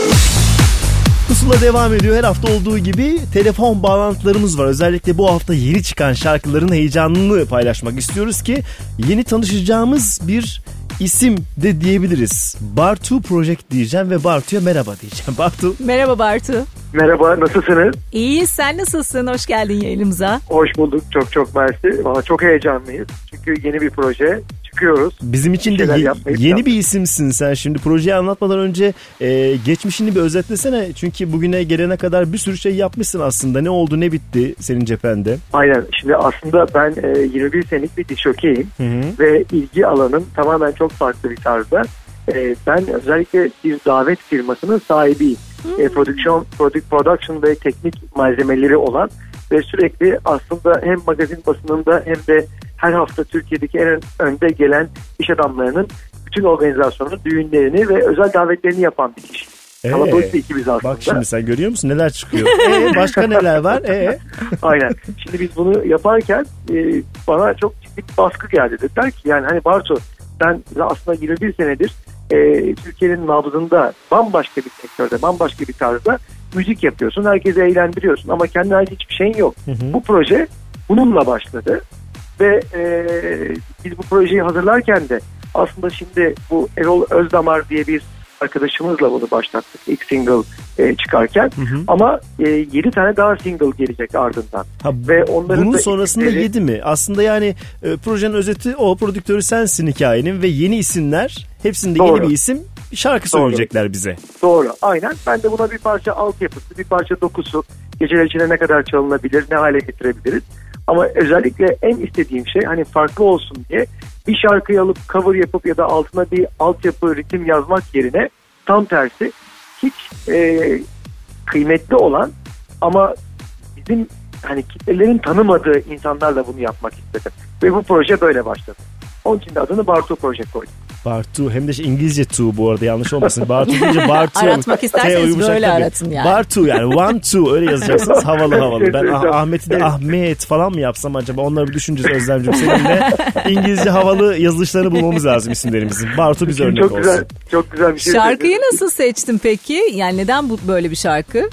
Speaker 4: Pusula devam ediyor. Her hafta olduğu gibi telefon bağlantılarımız var. Özellikle bu hafta yeni çıkan şarkıların heyecanını paylaşmak istiyoruz ki yeni tanışacağımız bir isim de diyebiliriz. Bartu Project diyeceğim ve Bartu'ya merhaba diyeceğim. Bartu.
Speaker 5: Merhaba Bartu.
Speaker 10: Merhaba, nasılsınız?
Speaker 5: İyi, sen nasılsın? Hoş geldin yayınımıza.
Speaker 10: Hoş bulduk, çok çok mersi. Valla çok heyecanlıyız. Çünkü yeni bir proje, çıkıyoruz.
Speaker 4: Bizim için de ye- yeni bir isimsin sen. Şimdi projeyi anlatmadan önce e, geçmişini bir özetlesene. Çünkü bugüne gelene kadar bir sürü şey yapmışsın aslında. Ne oldu, ne bitti senin cephende?
Speaker 10: Aynen. Şimdi aslında ben e, yirmi bir senelik bir diş jokeyim. Ve ilgi alanım tamamen çok farklı bir tarzda. E, ben özellikle bir davet firmasının sahibiyim. E, prodüksiyon, prodük, production ve teknik malzemeleri olan ve sürekli aslında hem magazin basınında hem de her hafta Türkiye'deki en önde gelen iş adamlarının bütün organizasyonun düğünlerini ve özel davetlerini yapan bir kişi.
Speaker 4: Ee,
Speaker 10: Kalabalık bir ekibiz aslında.
Speaker 4: Bak şimdi sen görüyor musun neler çıkıyor? Ee, başka neler var? Ee?
Speaker 10: Aynen. Şimdi biz bunu yaparken e, bana çok ciddi bir baskı geldi. Dediler ki yani hani Bartu sen aslında yirmi bir senedir e, Türkiye'nin nabzında bambaşka bir sektörde, bambaşka bir tarzda müzik yapıyorsun. Herkesi eğlendiriyorsun ama kendine ait hiçbir şeyin yok. Hı hı. Bu proje bununla başladı. Ve e, biz bu projeyi hazırlarken de aslında şimdi bu Erol Özdamar diye bir arkadaşımızla bunu başlattık ilk single e, çıkarken. Hı hı. Ama e, yedi tane daha single gelecek ardından.
Speaker 4: Ha,
Speaker 10: ve onların
Speaker 4: bunun
Speaker 10: da
Speaker 4: sonrasında
Speaker 10: isimleri...
Speaker 4: yedi mi? Aslında yani e, projenin özeti o, prodüktörü sensin hikayenin ve yeni isimler, hepsinde Doğru. yeni bir isim, bir şarkı Doğru. söyleyecekler bize.
Speaker 10: Doğru, aynen. Ben de buna bir parça altyapısı, bir parça dokusu, geceler içine ne kadar çalınabilir, ne hale getirebiliriz. Ama özellikle en istediğim şey hani farklı olsun diye bir şarkıyı alıp cover yapıp ya da altına bir altyapı, ritim yazmak yerine tam tersi hiç e, kıymetli olan ama bizim hani kitlelerin tanımadığı insanlarla bunu yapmak istedim. Ve bu proje böyle başladı. Onun için de adını Bartu Project koydum.
Speaker 4: Bartu hem de şey İngilizce two bu arada yanlış olmasın. Bartu deyince Bartu.
Speaker 5: Aratmak isterseniz böyle tabii. Aratın yani.
Speaker 4: Bartu yani one two öyle yazacaksınız havalı havalı. Ben ah, Ahmet'i de Ahmet falan mı yapsam acaba onları bir düşüneceğiz Özlemciğim seninle. İngilizce havalı yazılışlarını bulmamız lazım isimlerimizin. Bartu bize örnek
Speaker 10: çok
Speaker 4: olsun.
Speaker 10: Güzel, çok güzel bir şey.
Speaker 5: Şarkıyı nasıl seçtin peki? Yani neden bu böyle bir şarkı?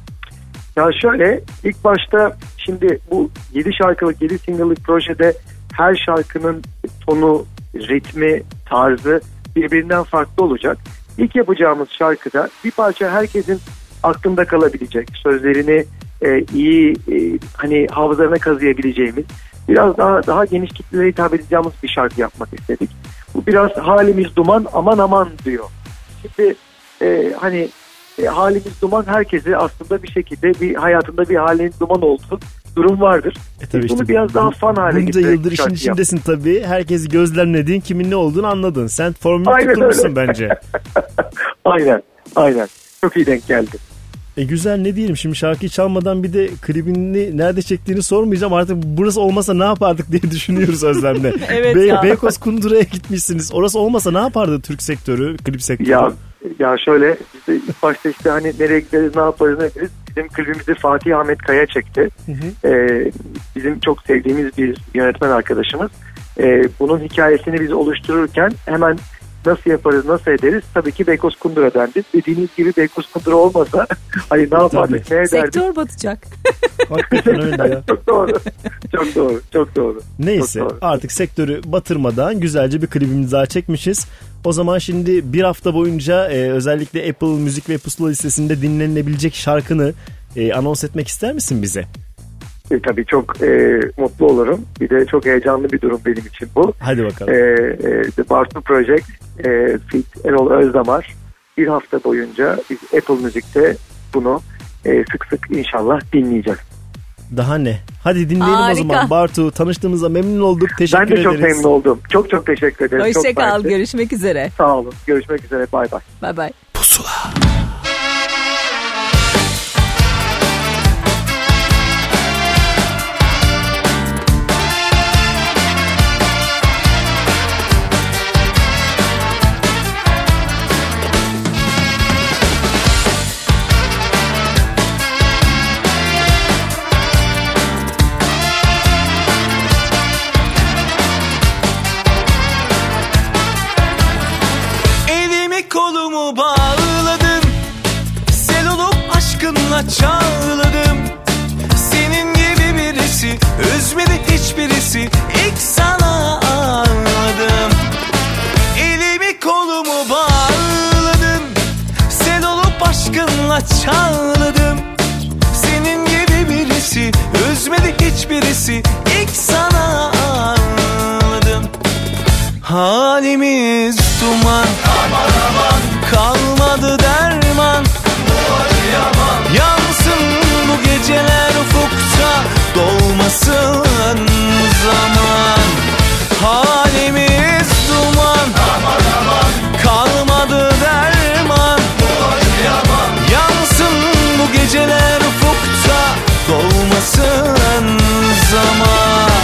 Speaker 10: Ya şöyle ilk başta şimdi bu yedi şarkılık yedi single'lık projede her şarkının tonu, ritmi, tarzı birbirinden farklı olacak. İlk yapacağımız şarkıda bir parça herkesin aklında kalabilecek, sözlerini e, iyi e, hani hafızalarına kazıyabileceğimiz, biraz daha daha geniş kitlelere hitap edeceğimiz bir şarkı yapmak istedik. Bu biraz halimiz duman aman aman diyor. Şimdi e, hani e, halimiz duman, herkesi aslında bir şekilde bir hayatında bir halinin duman olduğu durum vardır.
Speaker 4: E tabii
Speaker 10: Bunu
Speaker 4: işte,
Speaker 10: biraz daha fan hale
Speaker 4: bunca
Speaker 10: getirerek
Speaker 4: yıldır işin
Speaker 10: şarkı
Speaker 4: içindesin
Speaker 10: yaptım.
Speaker 4: tabii. Herkesi gözlemledin, kimin ne olduğunu anladın. Sen formülü
Speaker 10: Aynen
Speaker 4: tutturmuşsun
Speaker 10: öyle.
Speaker 4: bence.
Speaker 10: Aynen, aynen. Çok iyi denk geldi.
Speaker 4: E güzel, ne diyelim şimdi, şarkıyı çalmadan bir de klibini nerede çektiğini sormayacağım. Artık burası olmasa ne yapardık diye düşünüyoruz Özlem'le.
Speaker 5: Evet
Speaker 4: Be-
Speaker 5: ya.
Speaker 4: Beykoz Kundura'ya gitmişsiniz. Orası olmasa ne yapardı Türk sektörü, klip sektörü?
Speaker 10: Ya ya şöyle işte ilk başta işte hani nereye gideriz, ne yaparız, ne ederiz. Bizim klibimizi Fatih Ahmet Kaya çekti.
Speaker 4: Hı hı.
Speaker 10: Ee, bizim çok sevdiğimiz bir yönetmen arkadaşımız. Ee, bunun hikayesini biz oluştururken hemen nasıl yaparız, nasıl ederiz? Tabii ki Beykoz Kundura dendi. Dediğiniz gibi Beykoz Kundura olmasa hani ne yapardık, ne ederdik?
Speaker 5: Sektör batacak.
Speaker 4: Hakikaten öyle ya.
Speaker 10: Çok doğru. Çok doğru. Çok doğru.
Speaker 4: Neyse,
Speaker 10: Çok doğru.
Speaker 4: artık sektörü batırmadan güzelce bir klibimizi daha çekmişiz. O zaman şimdi bir hafta boyunca e, özellikle Apple Müzik ve Pusula listesinde dinlenilebilecek şarkını e, anons etmek ister misin bize?
Speaker 10: E, tabii çok e, mutlu olurum. Bir de çok heyecanlı bir durum benim için bu.
Speaker 4: Hadi bakalım.
Speaker 10: E, e, The Bartu Project e, feat. Erol Özdamar. Bir hafta boyunca biz Apple Müzik'te bunu e, sık sık inşallah dinleyeceğiz.
Speaker 4: Daha ne? Hadi dinleyelim
Speaker 5: Harika.
Speaker 4: o zaman. Bartu, tanıştığımıza memnun olduk. Teşekkür
Speaker 10: Ben de
Speaker 4: ederiz.
Speaker 10: çok memnun oldum. Çok çok teşekkür ederim.
Speaker 5: Hoşça
Speaker 10: Çok
Speaker 5: kal.
Speaker 10: mersi.
Speaker 5: Görüşmek üzere.
Speaker 10: Sağ olun. Görüşmek üzere. Bay bay.
Speaker 5: Bay bay.
Speaker 1: Pusula.
Speaker 6: Elimi kolumu bağladım, sel olup aşkınla çağladım. Senin gibi birisi üzmedi hiçbirisi, ilk sana ağladım. Elimi kolumu bağladım, sel olup aşkınla çağladım. Senin gibi birisi üzmedi hiçbirisi, ilk sana ağladım. Halimiz duman, aman aman, kalmadı derman. Yansın bu geceler ufukta, dolmasın zaman. Halimiz duman, aman aman, kalmadı derman. Yansın bu geceler ufukta, dolmasın zaman.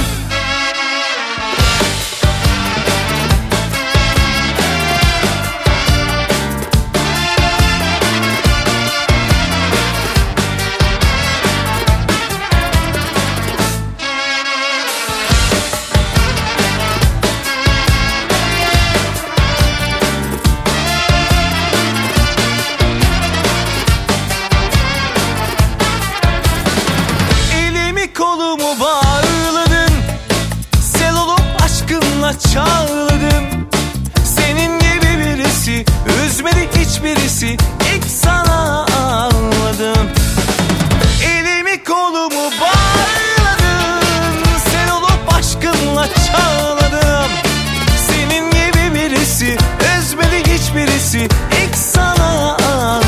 Speaker 6: Elimi kolumu bağladın, sel olup aşkınla çağladım. Senin gibi birisi üzmedi hiçbirisi, ilk sana ağladım. Elimi kolumu bağladın, sel olup aşkınla çağladım. Senin gibi birisi üzmedi hiçbirisi, ilk sana ağladım.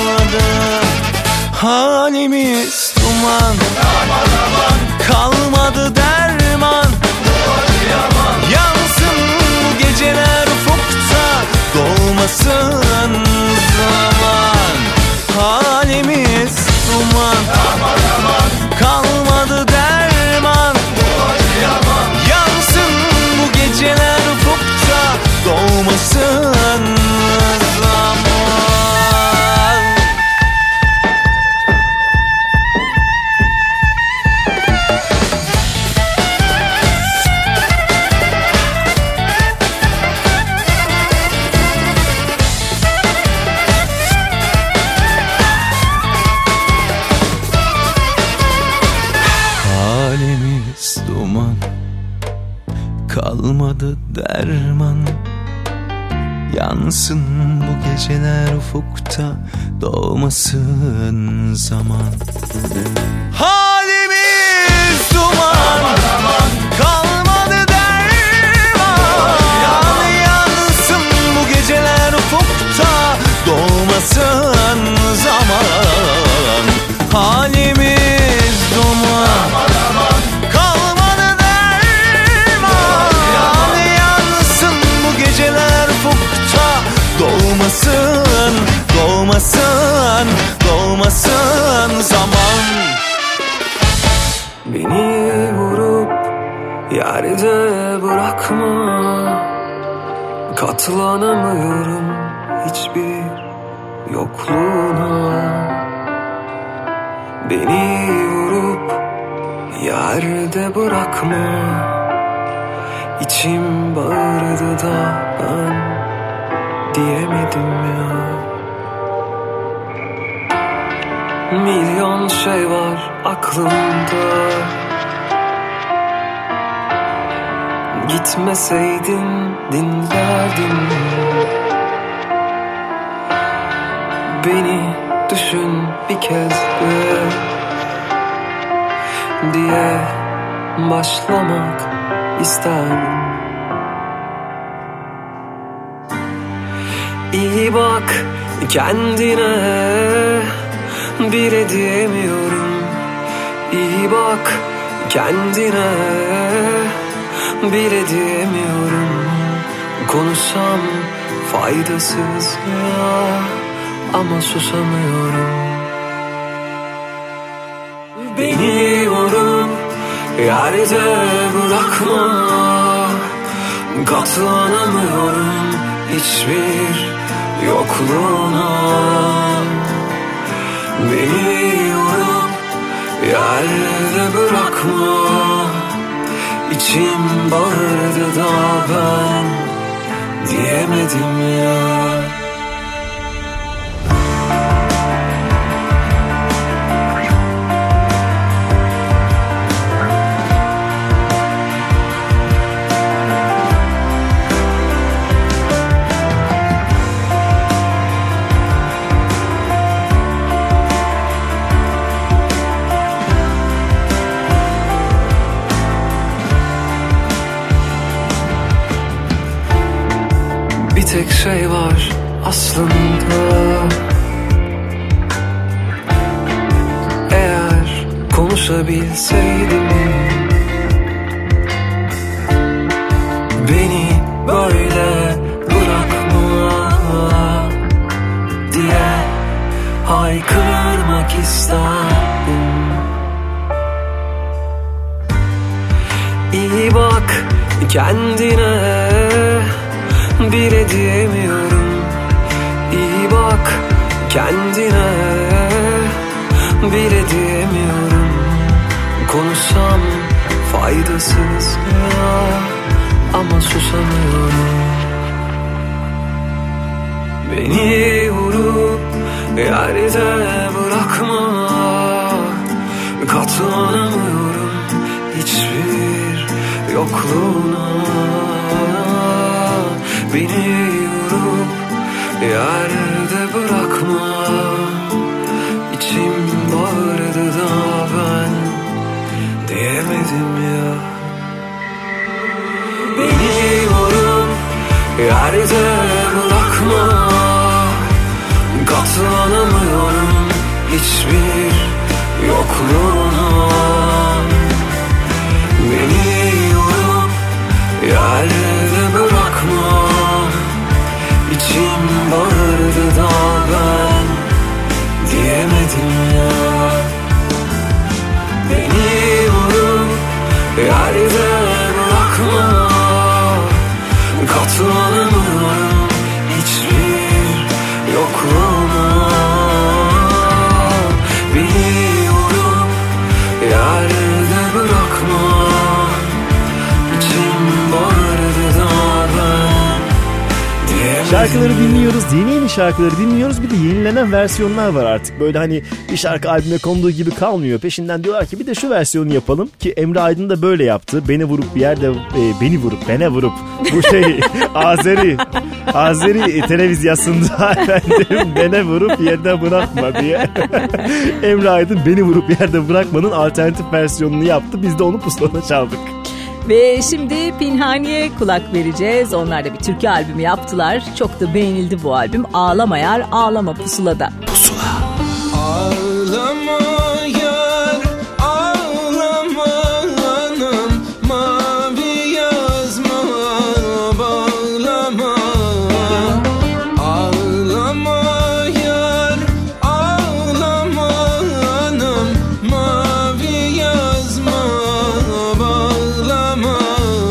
Speaker 6: Halimiz duman, aman aman, kalmadı derman. Yansın bu geceler ufukta, dolmasın zaman. Halimiz duman, aman aman, kalmadı derman. Yansın bu geceler ufukta, dolmasın zaman. Halimiz duman, kalmadı derman. Yansın bu geceler ufukta,
Speaker 11: doğmasın zaman. Halimiz duman, kalmadı derman. Yansın bu geceler ufukta, doğmasın zaman. Halimiz duman, kalmadı derman. Yansın bu geceler ufukta, doğmasın, doğmasın, doğmasın zaman.
Speaker 6: Beni vurup yerde bırakma, katlanamıyorum hiçbir yokluğuna. Beni vurup yerde bırakma, içim bağırdı da ben diyemedim ya. Milyon şey var aklımda, gitmeseydin dinlerdim. Beni düşün bir kez de diye başlamak isterdim. İyi bak kendine, bile diyemiyorum. İyi bak kendine, bile diyemiyorum. Konuşsam faydasız ya, ama susamıyorum. Beni vurup yerde bırakma, katlanamıyorum hiçbir yokluğuna. Beni vurup yerde bırakma, içim bağırdı da ben diyemedim ya. Tek şey var aslında, eğer konuşabilseydim, beni böyle bırakma diye haykırmak isterdim. İyi bak kendine, bile diyemiyorum. İyi bak kendine, bile diyemiyorum. Konuşsam faydasız ya, ama susamıyorum. Beni vurup yerde bırakma, katlanamıyorum hiçbir yokluğuna. Beni vurup yerde bırakma, içim bağırdı da ben diyemedim ya. Beni vurup yerde bırakma, katlanamıyorum hiçbir yokluğuna. Beni vurup yerde bırakma, İçim bağırdı da ben diyemedim ya. Beni vurup yerde bırakma, katlanamıyorum hiçbir yokluğuna. Beni vurup yerde bırakma, İçim bağırdı da ben diyemedim.
Speaker 4: Şarkıları dinliyoruz, yeni yeni şarkıları dinliyoruz. Bir de yenilenen versiyonlar var artık. Böyle hani bir şarkı albüme konduğu gibi kalmıyor. Peşinden diyorlar ki bir de şu versiyonu yapalım. Ki Emre Aydın da böyle yaptı. Beni vurup bir yerde, e, beni vurup, bene vurup. Bu şey Azeri. Azeri televizyasında efendim beni vurup yerde bırakma diye Emre Aydın beni vurup yerde bırakmanın alternatif versiyonunu yaptı. Biz de onu pusulada çaldık.
Speaker 5: Ve şimdi Pinhani'ye kulak vereceğiz. Onlar da bir türkü albümü yaptılar. Çok da beğenildi bu albüm. Ağlama yar, ağlama pusulada. Pusula.
Speaker 6: Ağlama yar, ağlama anam, mavi yazma bağlama. Ağlama yar, ağlama anam, mavi yazma bağlama.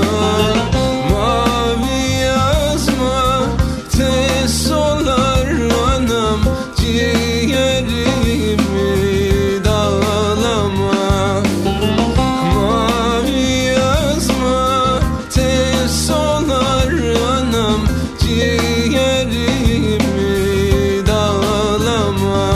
Speaker 6: Mavi yazma tez solar anam, ciğerimi dağlama. Mavi yazma tez solar anam, ciğerimi dağlama.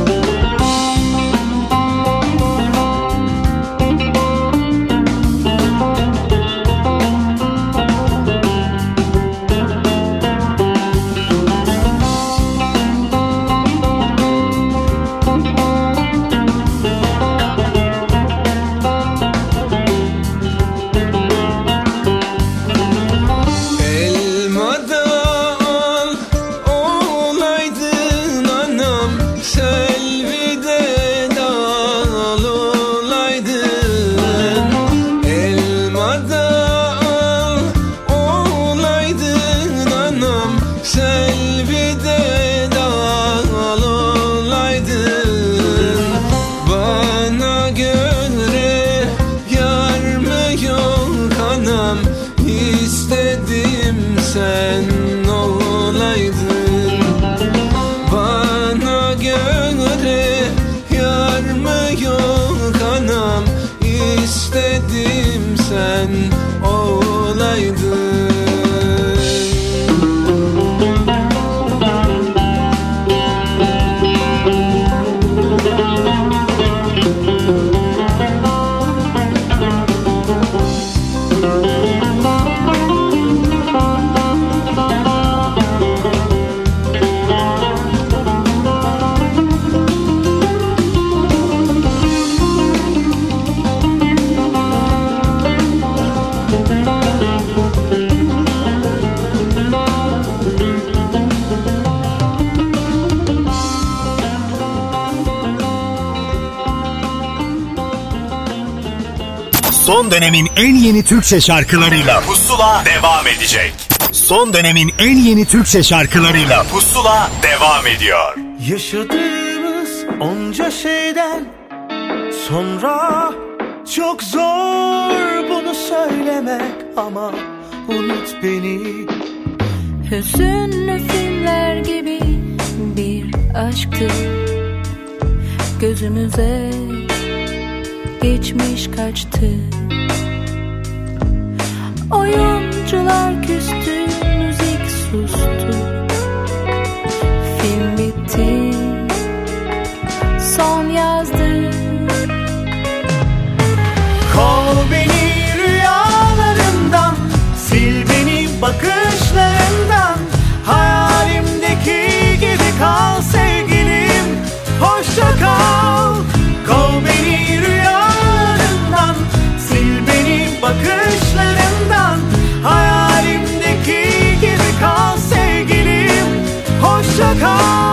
Speaker 6: Elmada al olaydın anam, selvide dal olaydın. Elmada al olaydın anam, selvide dal olaydın. Bana göre yar mı yok anam, İstedim sen olaydın. Bana göre yar mı yok anam, İstedim sen olaydın.
Speaker 1: Son dönemin en yeni Türkçe şarkılarıyla Pusula devam edecek. Son dönemin en yeni Türkçe şarkılarıyla Pusula devam ediyor.
Speaker 11: Yaşadığımız onca şeyden sonra çok zor bunu söylemek, ama unut beni.
Speaker 3: Hüzünlü filmler gibi bir aşktı, gözümüze geçmiş kaçtı. Oyuncular küstü, müzik sustu, film bitti, son yazdı.
Speaker 11: Kov beni rüyalarından, sil beni bakışlarından, hayalimdeki gibi kal sevgilim, hoşça kal. Kov beni rüyalarından, sil beni bakışlarından, hayalimdeki gibi kal sevgilim, hoşça kal.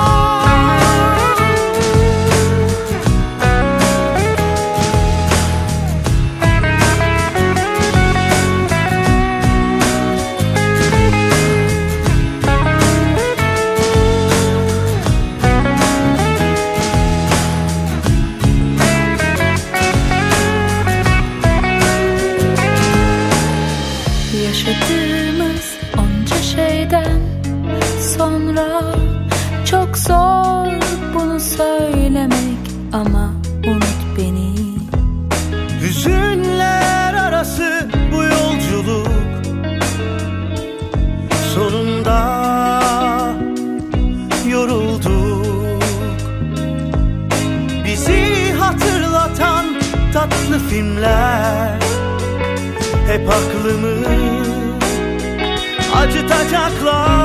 Speaker 3: Yaşadığımız onca şeyden sonra çok zor bunu söylemek, ama unut beni.
Speaker 11: Hüzünler arası bu yolculuk sonunda yorulduk. Bizi hatırlatan tatlı filmler hep aklımı acıtacaklar.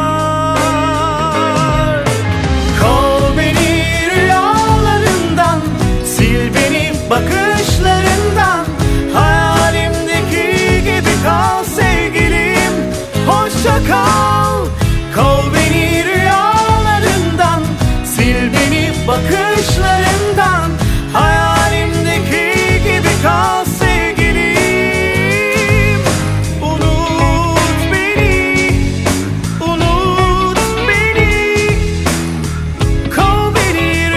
Speaker 11: bakışlarından. Hayalimdeki gibi kal sevgilim. Unut beni, unut beni, kov beni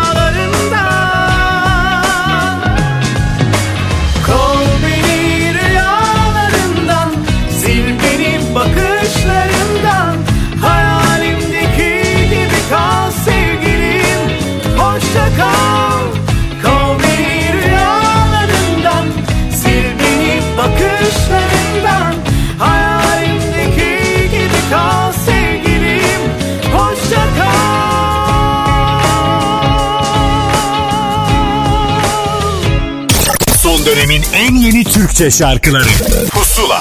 Speaker 11: rüyalarından. Kov beni rüyalarından, sil beni bakışlarından. Hayalimdeki gibi kal sevgilim. Hoşça kal. Kov beni rüyalarından, sil beni bakışlarından. Hayalimdeki gibi kal sevgilim. Hoşça kal.
Speaker 1: Son dönemin en yeni Türkçe şarkıları Pusula.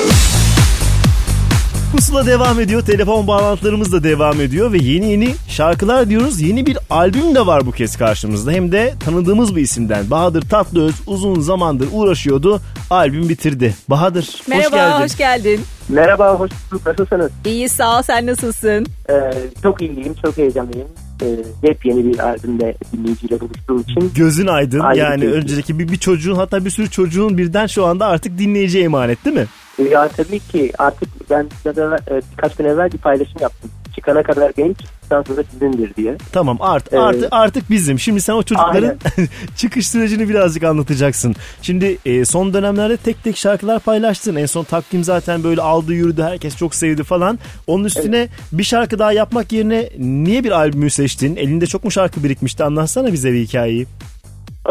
Speaker 4: Pusula devam ediyor. Telefon bağlantılarımız da devam ediyor ve yeni yeni şarkılar diyoruz. Yeni bir albüm de var bu kez karşımızda. Hem de tanıdığımız bir isimden. Bahadır Tatlıöz uzun zamandır uğraşıyordu. Albüm bitirdi. Bahadır,
Speaker 5: Merhaba,
Speaker 4: hoş geldin.
Speaker 5: hoş geldin.
Speaker 10: Merhaba, hoş bulduk. Nasılsınız?
Speaker 5: İyi, sağ ol. Sen nasılsın?
Speaker 10: Ee, çok iyiyim, çok heyecanlıyım. Ee, yepyeni bir albümle dinleyiciyle buluştuğum için.
Speaker 4: Gözün aydın.
Speaker 10: Aydın
Speaker 4: yani
Speaker 10: keyifli.
Speaker 4: önceki bir, bir çocuğun, hatta bir sürü çocuğun birden şu anda artık dinleyiciye emanet değil mi?
Speaker 10: Ya tabii ki artık ben da e, birkaç gün evvel bir paylaşım yaptım. Çıkana kadar benim, çıktıktan sonra sizindir diye.
Speaker 4: Tamam, art,
Speaker 10: Ee,
Speaker 4: artık artık bizim. Şimdi sen o çocukların çıkış sürecini birazcık anlatacaksın. Şimdi e, son dönemlerde tek tek şarkılar paylaştın. En son Takvim zaten böyle aldı yürüdü. Herkes çok sevdi falan. Onun üstüne evet. bir şarkı daha yapmak yerine niye bir albümü seçtin? Elinde çok mu şarkı birikmişti? Anlatsana bize bir hikayeyi.
Speaker 10: Ee,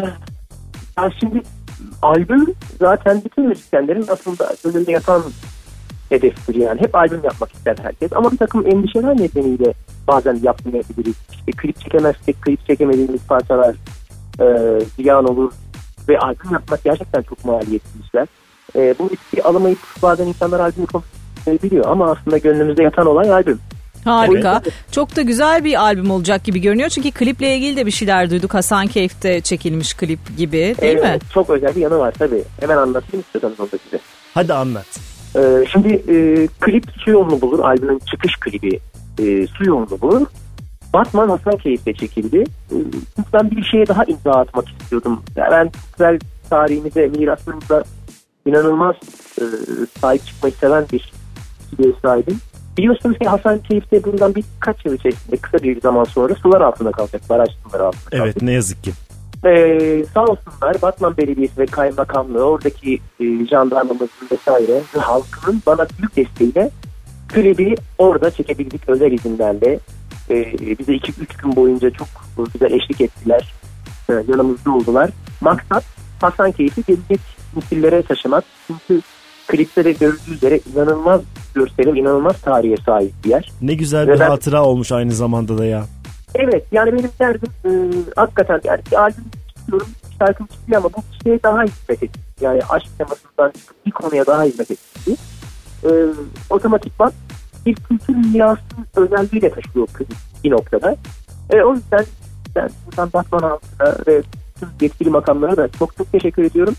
Speaker 10: ya şimdi albüm zaten bütün müzisyenlerin aslında önünde yatan hedeftir yani. Hep albüm yapmak ister herkes. Ama bir takım endişeler nedeniyle bazen yapmayabiliriz. İşte klip çekemezsek, klip çekemediğimiz parçalar e, ziyan olur ve albüm yapmak gerçekten çok maliyetli işler. E, bu riski alamayıp bazen insanlar albümü konuşabiliyor ama aslında gönlümüzde yatan olay albüm.
Speaker 5: Harika. Çok da güzel bir albüm olacak gibi görünüyor. Çünkü kliple ilgili de bir şeyler duyduk. Hasankeyf'te çekilmiş klip gibi değil
Speaker 10: evet,
Speaker 5: mi?
Speaker 10: Çok özel bir yanı var tabii. Hemen anlatayım istiyorsanız onu da size.
Speaker 4: Hadi anlat.
Speaker 10: Ee, şimdi e, klip su yolunu bulur. Albümün çıkış klibi e, su yolunu bulur. Batman Hasankeyf'te çekildi. E, ben bir şeye daha imza atmak istiyordum. Yani ben güzel tarihimize, mirasımıza inanılmaz e, sahip çıkmayı seven bir kişiliğe sahibim. Biliyorsunuz ki Hasankeyf'te bundan birkaç yıl içerisinde kısa bir zaman sonra sular altında kalacak. Baraj suları altında kalacak.
Speaker 4: Evet, ne yazık ki.
Speaker 10: Ee, sağ olsunlar Batman Belediyesi ve Kaymakamlığı, oradaki e, jandarmamızın vesaire ve halkının bana büyük desteğiyle klibi orada çekebildik özel izinlerle. Ee, bize iki üç gün boyunca çok güzel eşlik ettiler. Ee, yanımızda oldular. Maksat Hasankeyf'i gelecek nesillere taşımak. Çünkü klipte de gördüğü üzere inanılmaz görsel, inanılmaz tarihe sahip bir yer.
Speaker 4: Ne güzel
Speaker 10: ve
Speaker 4: bir
Speaker 10: ben,
Speaker 4: hatıra olmuş aynı zamanda da ya.
Speaker 10: Evet, yani benim derdim e, hakikaten yani bir albüm çıkıyorum, şarkım çıkıyor ama bu şeye daha hizmet etti. Yani aşk temasından çıkıp bir konuya daha hizmet etti. E, otomatikman bir kültür mirası özelliğiyle taşıyor bir noktada. E, o yüzden ben buradan Batman halkına ve tüm yetkili makamlara da çok çok teşekkür ediyorum.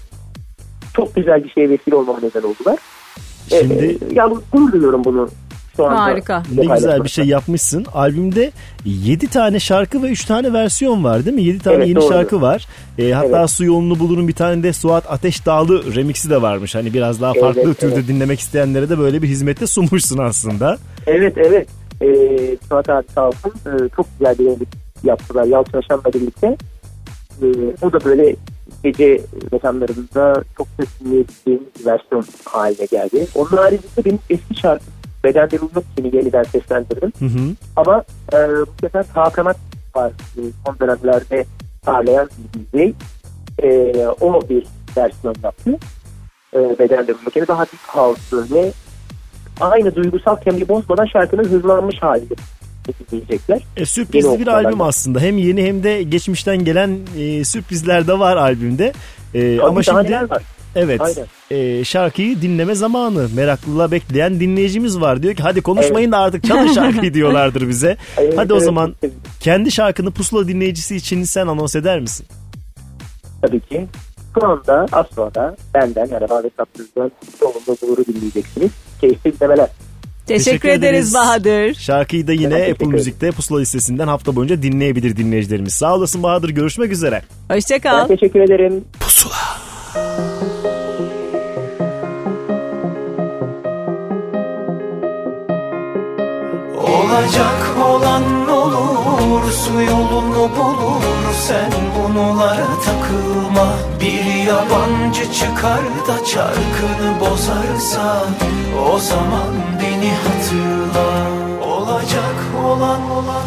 Speaker 10: Çok güzel bir şeye vesile olmama neden oldular.
Speaker 4: Şimdi
Speaker 10: e, yani gurur duyuyorum bunu.
Speaker 5: Harika.
Speaker 4: Ne güzel bir şey yapmışsın. Albümde yedi tane şarkı ve üç tane versiyon var değil mi? yedi tane
Speaker 10: evet,
Speaker 4: yeni
Speaker 10: doğru.
Speaker 4: şarkı var. E, hatta
Speaker 10: evet.
Speaker 4: Su Yolunu Bulur'un bir tane de Suat Ateş Dağlı remixi de varmış. Hani biraz daha farklı
Speaker 10: evet,
Speaker 4: türde
Speaker 10: evet.
Speaker 4: dinlemek isteyenlere de böyle bir hizmette sunmuşsun aslında.
Speaker 10: Evet evet. Ee, Suat abi sağ olsun. Ee, çok güzel bir remix yaptılar Yalçın Aşan'la birlikte. Ee, o da böyle gece mekanlarında çok ses dinleyebildiğimiz bir versiyon haline geldi. Onun haricinde benim eski şarkım Bedende Ruh Yok seni yeniden seslendirdim.
Speaker 4: Hı hı.
Speaker 10: Ama e, bu sefer Hakan Ak var. E, son dönemlerde ağlayan bir D J. E, o bir versiyon yaptı. E, Bedende Ruh Yok. Yani daha deep house ve aynı duygusal temeli bozmadan şarkının hızlanmış halinde diyecekler.
Speaker 4: E, sürprizli bir albüm aslında. Hem yeni hem de geçmişten gelen e, sürprizler de var albümde. E, ama şimdi
Speaker 10: var.
Speaker 4: Evet. E, şarkıyı dinleme zamanı. Meraklıla bekleyen dinleyicimiz var. Diyor ki hadi konuşmayın evet. da artık çalın şarkıyı diyorlardır bize. Evet, hadi o evet, zaman evet. kendi şarkını Pusula dinleyicisi için sen anons eder misin?
Speaker 10: Tabii ki. Şu anda az sonra benden yani Bahadır Tatlıöz'den Yolunda Bulur'u dinleyeceksiniz. Keyifli dinlemeler.
Speaker 5: Teşekkür,
Speaker 4: Teşekkür
Speaker 5: ederiz
Speaker 4: ederiz
Speaker 5: Bahadır.
Speaker 4: Şarkıyı da yine Apple Müzik'te Pusula listesinden hafta boyunca dinleyebilir dinleyicilerimiz. Sağ olasın Bahadır. Görüşmek üzere.
Speaker 5: Hoşça kal.
Speaker 10: Ben teşekkür ederim.
Speaker 1: Pusula.
Speaker 6: Olacak olan olur, su yolunu bulur. Sen bunlara takılma. Bir yabancı çıkar da çarkını bozarsa, o zaman beni hatırla. Olacak olan olan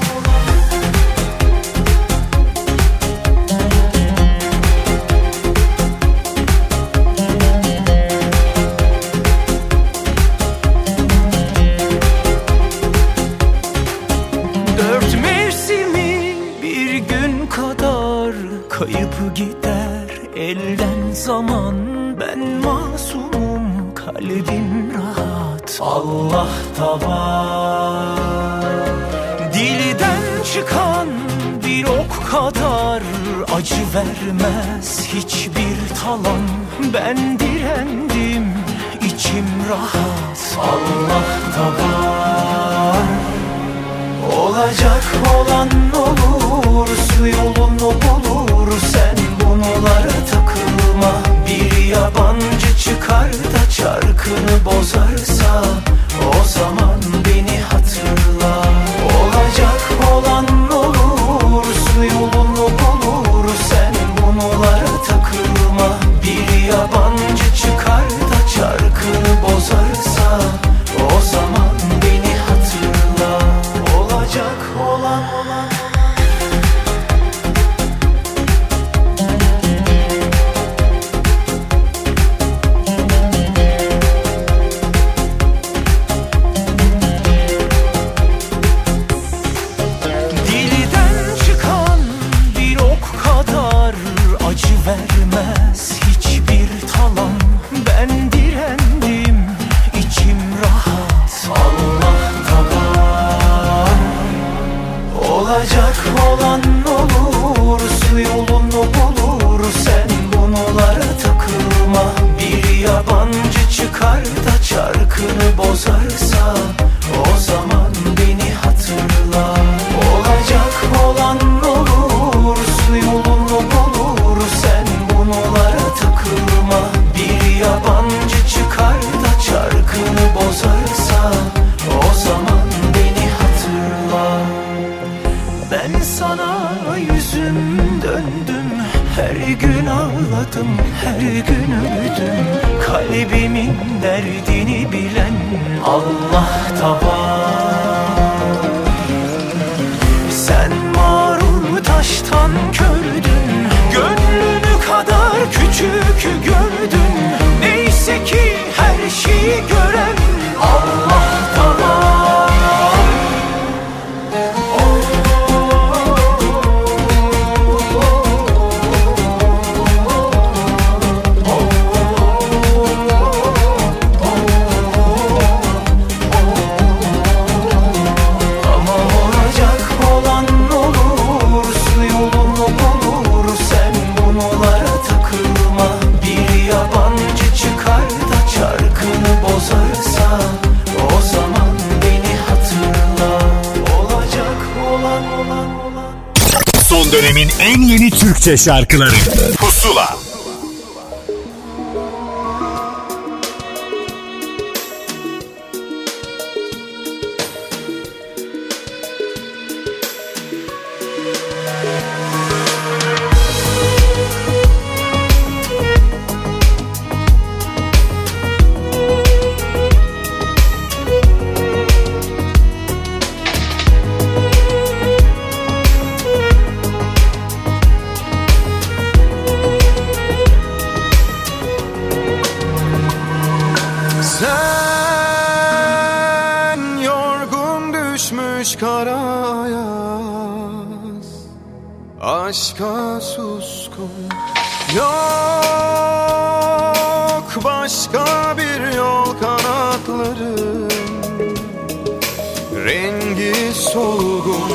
Speaker 6: kayıp gider elden zaman. Ben masumum, kalbim rahat. Allah da var. Dilden çıkan bir ok kadar acı vermez hiçbir talan. Ben direndim, içim rahat. Allah da var. Olacak olan olur, su yolunu bulur. Sen bunlara takılma. Bir yabancı çıkar da çarkını bozarsa, o zaman beni hatırla. Olacak olan olur, su yolunu bulur. Sen bunlara takılma. Bir yabancı çıkar da çarkını bozarsa, o zaman beni hatırla. Olacak olan olan dilden çıkan bir ok kadar acı vermez hiçbir talan. Ben direndim, içim rahat. Allah da var. Olacak olan olur, su yolunu bulur. Sen bunlara takılma. Bir yabancı çıkar da çarkını bozarsa, o zaman beni hatırla. Olacak olan olur, su yolunu bulur. Sen bunlara takılma. Bir yabancı çıkar da çarkını bozarsa, o zaman beni hatırla. Ben sana yüzüm döndüm, her gün ağladım, her gün öldüm. Kalbimin derdini bilen Allah da var. Sen mağrur taştan kördün, gönlünü kadar küçük gördün. Neyse ki her şeyi gören Allah da var. Bozarsa, o zaman beni hatırla. Olacak olan olan olan.
Speaker 1: Son dönemin en yeni Türkçe şarkıları Pusula.
Speaker 2: Aşka suskun, yok başka bir yol. Kanatların rengi solgun,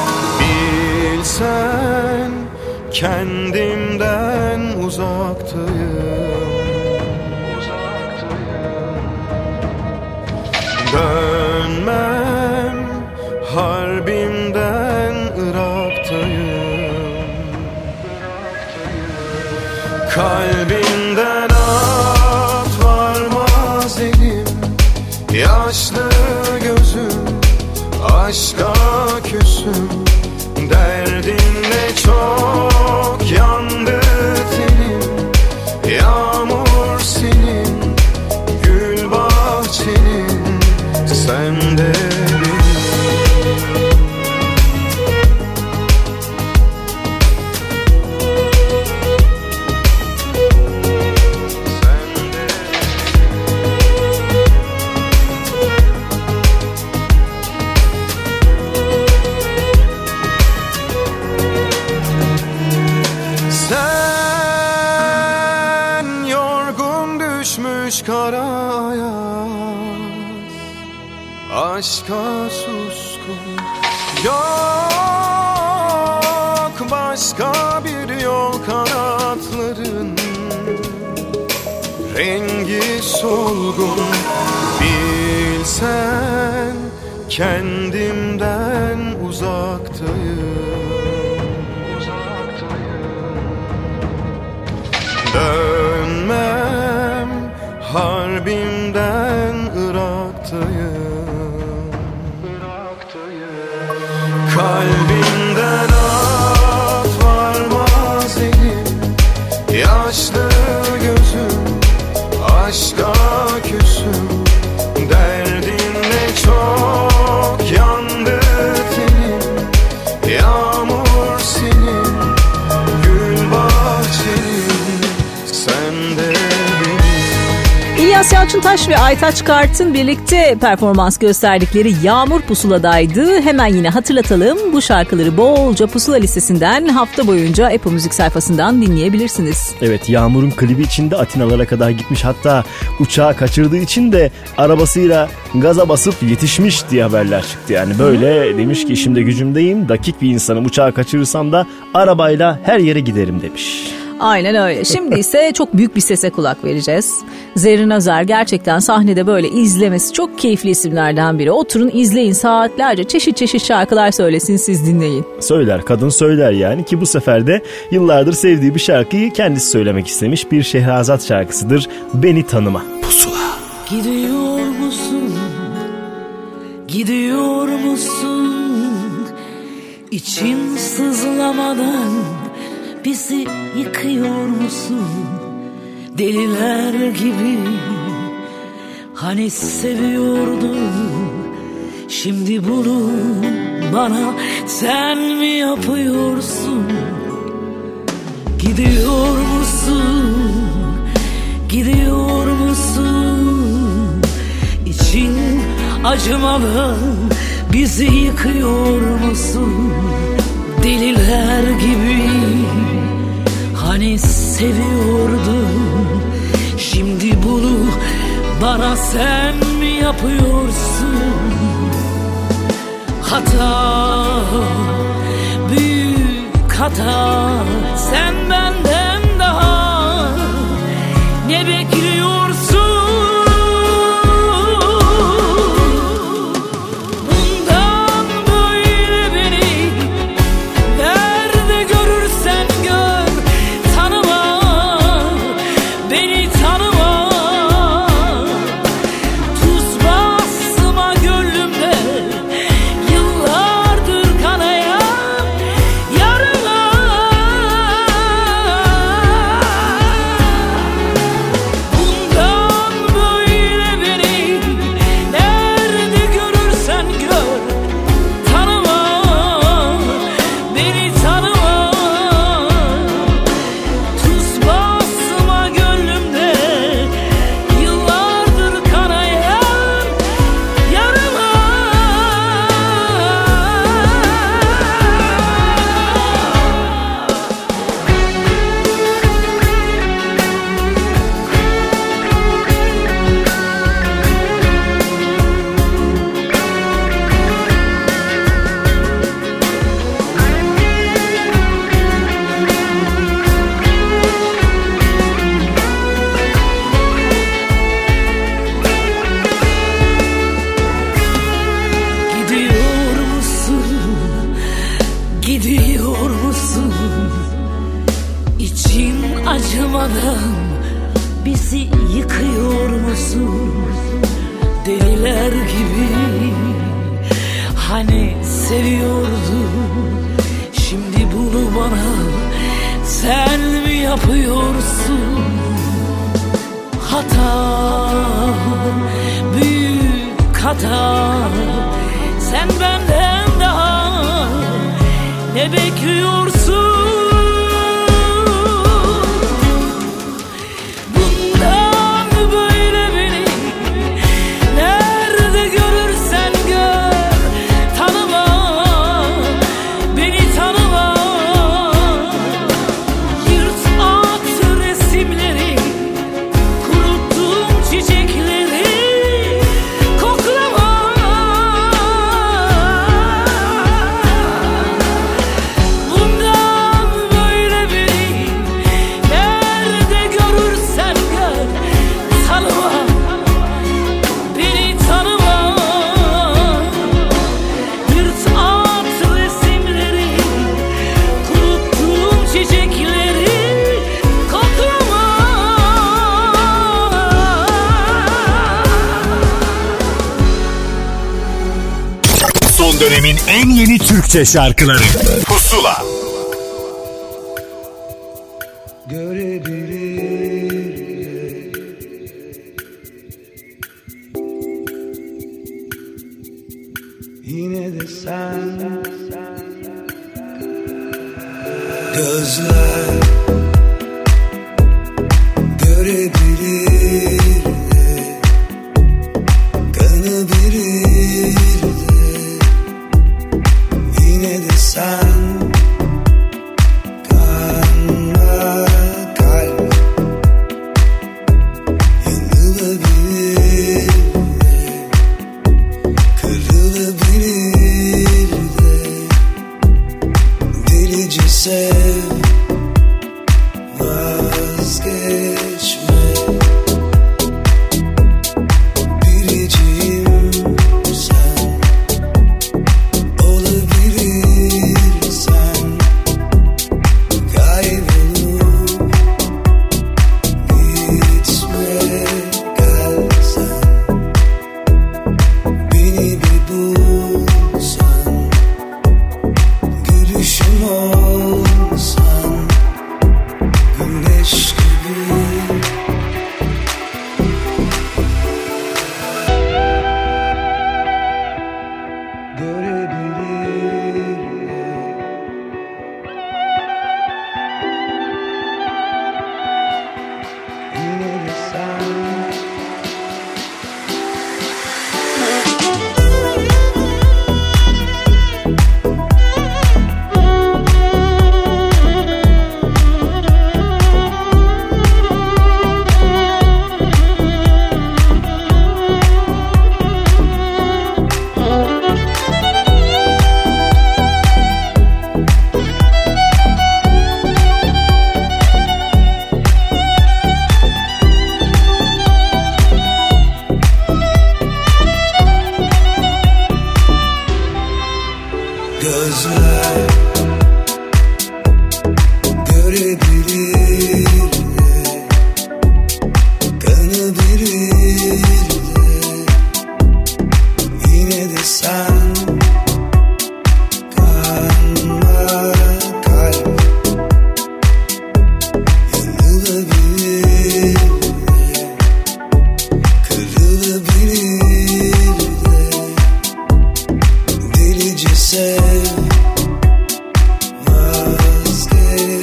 Speaker 2: bilsen kendimden uzaktayım. Dön
Speaker 6: Kalbimden at varmaz elim, yaşlı gözüm, aşka küsüm. Derdinle çok yandı tenim, yağmur senin, gül bahçenin, sen de aşka suskun, yok başka bir yol, kanatların rengi solgun. Bilsen kendimden uzaktayım, dönmem harbimden Irak'tayım. Kalbimden at varmaz elim, yaşlı gözüm, aşka küsüm. Derdinle çok yandı tenim, yağmur senin, gül bahçenin, sen de benim.
Speaker 5: İlyas Yalçıntaş ve Aytaç Kart'ın birlikte performans gösterdikleri Yağmur Pusula'daydı. Hemen yine hatırlatalım. Bu şarkıları bolca Pusula listesinden hafta boyunca Apple Müzik sayfasından dinleyebilirsiniz.
Speaker 4: Evet, Yağmur'un klibi içinde Atinalara kadar gitmiş. Hatta uçağı kaçırdığı için de arabasıyla gaza basıp yetişmiş diye haberler çıktı. Yani böyle demiş ki işimde gücümdeyim, dakik bir insanım, uçağı kaçırırsam da arabayla her yere giderim demiş.
Speaker 5: Aynen öyle. Şimdi ise çok büyük bir sese kulak vereceğiz. Zerrin Özer gerçekten sahnede böyle izlemesi çok keyifli isimlerden biri. Oturun izleyin, saatlerce çeşit çeşit şarkılar söylesin, siz dinleyin.
Speaker 4: Söyler, kadın söyler yani, ki bu sefer de yıllardır sevdiği bir şarkıyı kendisi söylemek istemiş. Bir Şehrazat şarkısıdır, Beni Tanıma. Pusula.
Speaker 12: Gidiyor musun? Gidiyor musun? İçin sızlamadan bizi yıkıyor musun? Deliler gibi hani seviyordun, şimdi bunu bana sen mi yapıyorsun? Gidiyor musun? Gidiyor musun? İçin acımadan bizi yıkıyor musun? Deliler gibi hani seviyordun, şimdi bunu bana sen mi yapıyorsun? Hata, büyük hata, sen benden daha ne bekliyorsun? acımadan bizi yıkıyor musun? Deliler gibi hani seviyordun, şimdi bunu bana sen mi yapıyorsun? Hata, büyük hata. Sen benden daha ne bekliyorsun? Bundan böyle beni nerede görürsen gör, tanıma, beni tanıma. Yırt at resimleri, kuruttum çiçekleri, koklama. Bundan böyle beni nerede görürsen gör, tanıma, beni tanıma. Yırt at resimleri, kuruttum çiçekleri, koklama.
Speaker 1: Son dönemin en yeni Türkçe şarkıları Pusula.
Speaker 6: Yine de sen gözler görebilir de, kanabilir de. Yine de sen kanma kalp, yanılabilir de, kırılabilir de. Delice sev, vazgeçme. Biricim sen olabilirsen, kaybolup gitme gelsen. Beni bir bulsan, gülüşüm olsan, güneş gibi. Görebilir yine de sen. Gözler görebilir de, kanabilir de. Yine de sen kanma kalp, yanılabilir de, kırılabilir de. Delice sev, vazgeçme.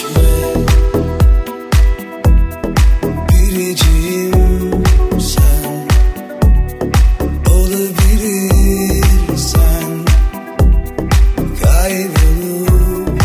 Speaker 6: Biricim sen olabilirsen, kaybolup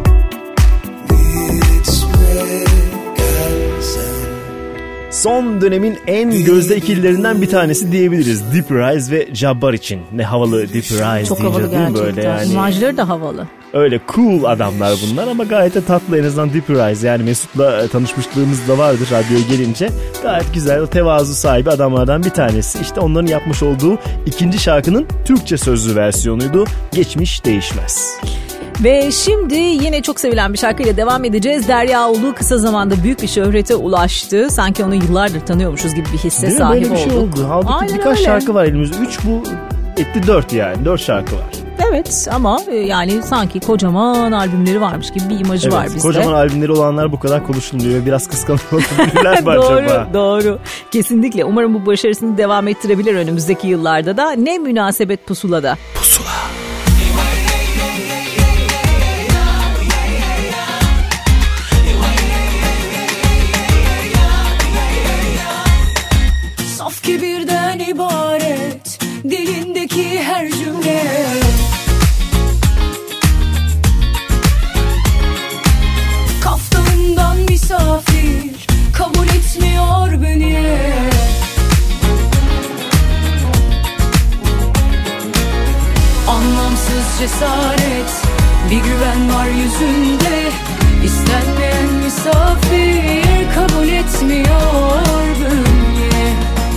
Speaker 6: gitme gelsen.
Speaker 4: Son dönemin en gözde ikililerinden bir tanesi diyebiliriz. Deep Rise ve Jabbar için. Ne havalı Deep Rise
Speaker 5: Çok
Speaker 4: deyince
Speaker 5: havalı
Speaker 4: değil mi
Speaker 5: gerçekten.
Speaker 4: böyle yani.
Speaker 5: İmajları da havalı.
Speaker 4: Öyle cool adamlar bunlar ama gayet de tatlı, en azından Deep Rise. Yani Mesut'la tanışmışlığımız da vardır radyoya gelince. Gayet güzel, o tevazu sahibi adamlardan bir tanesi. İşte onların yapmış olduğu ikinci şarkının Türkçe sözlü versiyonuydu. Geçmiş değişmez.
Speaker 5: Ve şimdi yine çok sevilen bir şarkıyla devam edeceğiz. Derya Ulu kısa zamanda büyük bir şöhrete ulaştı. Sanki onu yıllardır tanıyormuşuz gibi bir hisse
Speaker 4: Değil
Speaker 5: sahip
Speaker 4: mi? Böyle bir
Speaker 5: olduk.
Speaker 4: şey oldu. Halbuki
Speaker 5: Aynen
Speaker 4: birkaç
Speaker 5: öyle.
Speaker 4: şarkı var elimizde. Üç bu etti dört yani. Dört şarkı var.
Speaker 5: Evet ama yani sanki kocaman albümleri varmış gibi bir imajı
Speaker 4: Evet,
Speaker 5: var bizde.
Speaker 4: kocaman albümleri olanlar bu kadar konuşulmuyor. Biraz kıskanıyor olabilirler mi
Speaker 5: doğru,
Speaker 4: acaba?
Speaker 5: Doğru. Kesinlikle. Umarım bu başarısını devam ettirebilir önümüzdeki yıllarda da. Ne münasebet Pusula'da.
Speaker 4: Pusula.
Speaker 12: Saf kibirden ibaret dilindeki her cümle, kaftanından misafir kabul etmiyor beni. Anlamsız cesaret, bir güven var yüzünde, istenmeyen misafir kabul etmiyor beni.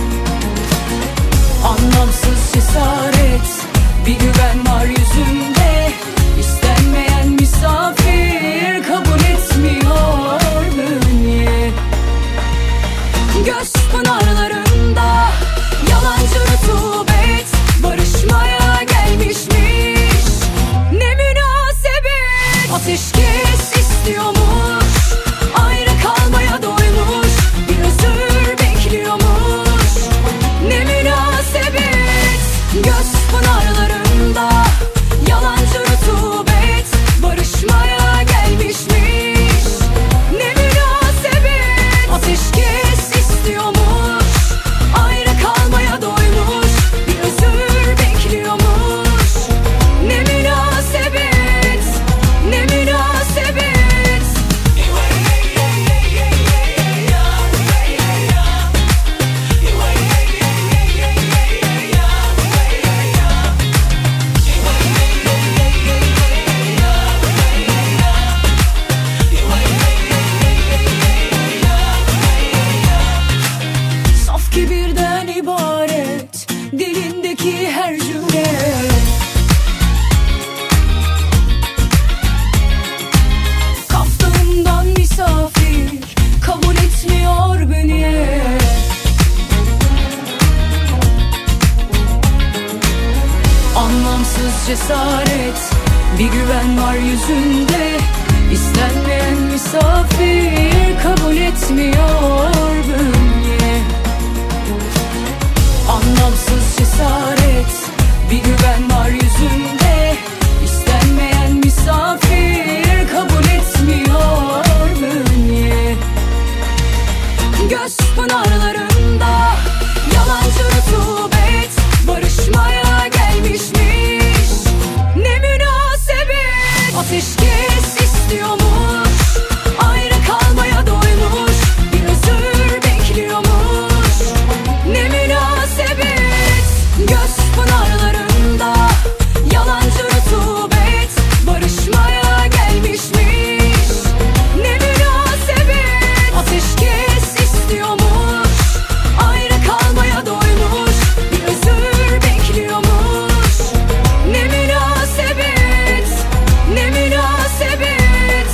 Speaker 12: Anlamsız cesaret, bir güven var yüzünde, istenmeyen misafir kabul etmiyor beni. Göz pınarlarında yalancı rutubet barışmaya gelmişmiş. Ne münasebet, ateşkes istiyormuş, ayrı kalmaya doymuş, bir özür bekliyormuş. Ne münasebet, göz pınarlarında yalancı rutubet barışmaya gelmişmiş. Ne münasebet, ateşkes istiyormuş, ayrı kalmaya doymuş, bir özür bekliyormuş. Ne münasebet, ne münasebet. Saf kibirden ibaret dilindeki her cümle, kaftanından misafir kabul etmiyor beni. Anlamsız cesaret, bir güven var yüzünde, istenmeyen misafir kabul etmiyor beni. Anlamsız cesaret, bir güven var yüzünde, istenmeyen misafir kabul etmiyor beni. Göz pınarlarında yalancı rutubet barışmaya gelmişmiş. Ne münasebet, ateşkes istiyormuş, ayrı kalmaya doymuş, bir özür bekliyormuş. Ne münasebet, göz pınarlarında yalancı rutubet barışmaya gelmişmiş. Ne münasebet, ateşkes istiyormuş, ayrı kalmaya doymuş, bir özür bekliyormuş. Ne münasebet, ne münasebet.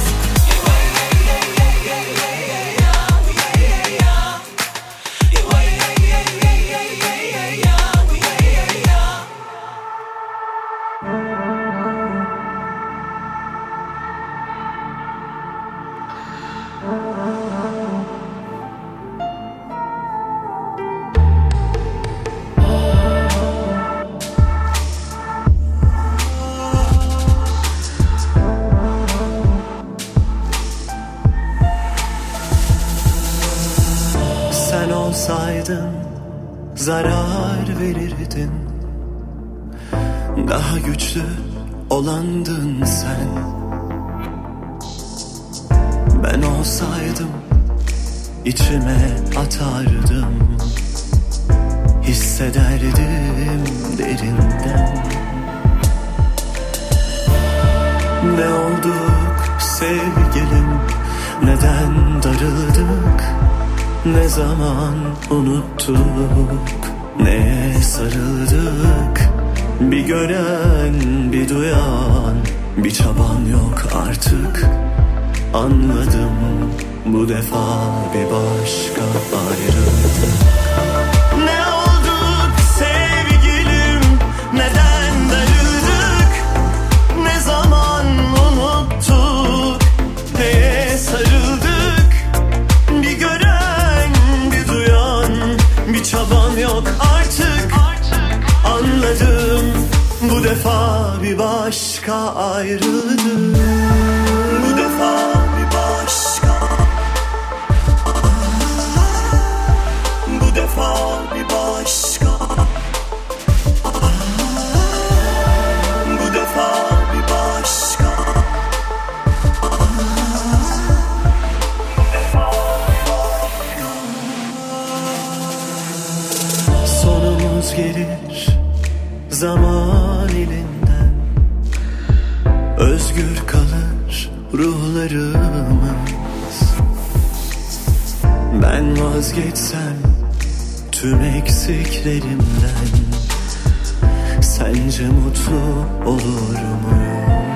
Speaker 13: Sen olsaydın zarar verirdin, daha güçlü olandın sen. Ben olsaydım içime atardım, hissederdim derinden. Ne olduk sevgilim, neden darıldık, ne zaman unuttuk, neye sarıldık. Bir gören bir duyan bir çaban yok artık. Anladım bu defa bir başka ayrılık. Ne olduk sevgilim, neden darıldık, ne zaman unuttuk, neye sarıldık, bir gören bir duyan, bir çaban yok artık. Anladım bu defa bir başka ayrıldık. Bu defa bir başka, bu defa bir başka, bu defa bir başka. Sonumuz gelir zaman elinden, özgür kalır ruhlarımız. Ben vazgeçsem tüm eksiklerimden, sence mutlu olur muyum?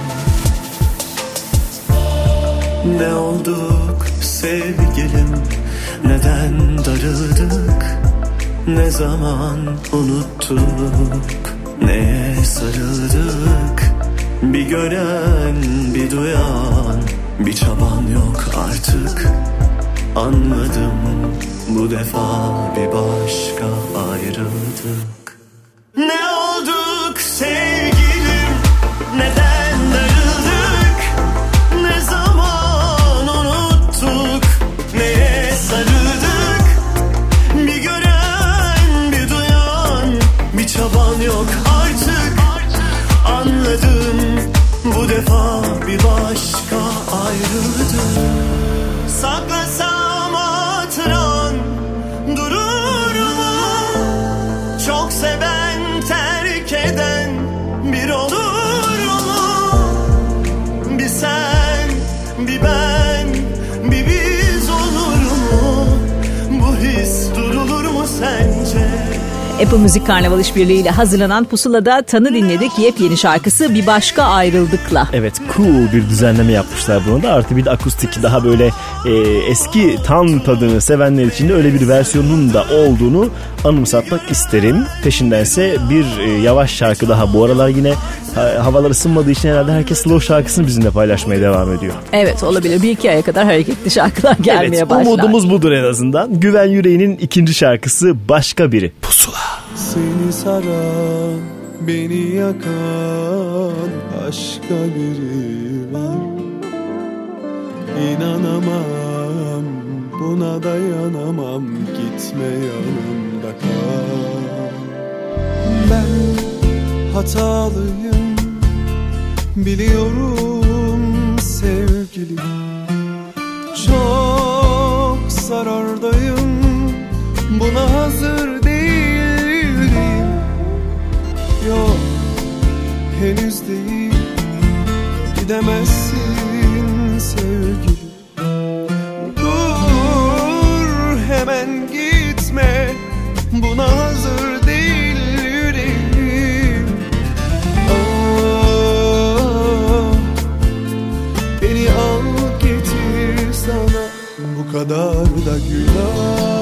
Speaker 13: Ne olduk sevgilim, neden darıldık, ne zaman unuttuk, neye sarıldık, bir gören bir duyan, bir çaban yok artık. Anladım bu defa bir başka ayrıldık. Ne olduk sevgilim, neden darıldık, ne zaman unuttuk, neye sarıldık, bir gören bir duyan, bir çaban yok artık. Anladım bu defa bir başka ayrıldık. Saklasam hatıran durur mu? Çok seven terk eden bir olur mu? Bir sen, bir ben, bir biz olur mu? Bu his durulur mu sence?
Speaker 5: Apple Müzik Karnaval İşbirliği'yle hazırlanan Pusula'da Tan'ı dinledik. Yepyeni şarkısı Bir Başka Ayrıldık'la.
Speaker 4: Evet, cool bir düzenleme yapmışlar bunu da. Artı bir de akustik, daha böyle e, eski Tan tadını sevenler için de öyle bir versiyonun da olduğunu anımsatmak isterim. Peşindense bir e, yavaş şarkı daha. Bu aralar yine ha, havalar ısınmadığı için herhalde herkes slow şarkısını bizimle paylaşmaya devam ediyor.
Speaker 5: Evet, olabilir. Bir iki aya kadar hareketli şarkılar gelmeye
Speaker 4: evet,
Speaker 5: başlar.
Speaker 4: Umudumuz budur en azından. Güven Yüreği'nin ikinci şarkısı Başka Biri. Pusula.
Speaker 6: Seni saran, beni yakan başka biri var. İnanamam, buna dayanamam, gitme yanımda kal. Ben hatalıyım, biliyorum sevgilim. Çok zarardayım, buna hazır değilim. Yok, henüz değil, gidemezsin sevgilim. Dur, hemen gitme, buna hazır değil yüreğim. Ah, beni al getir sana, bu kadar da günah.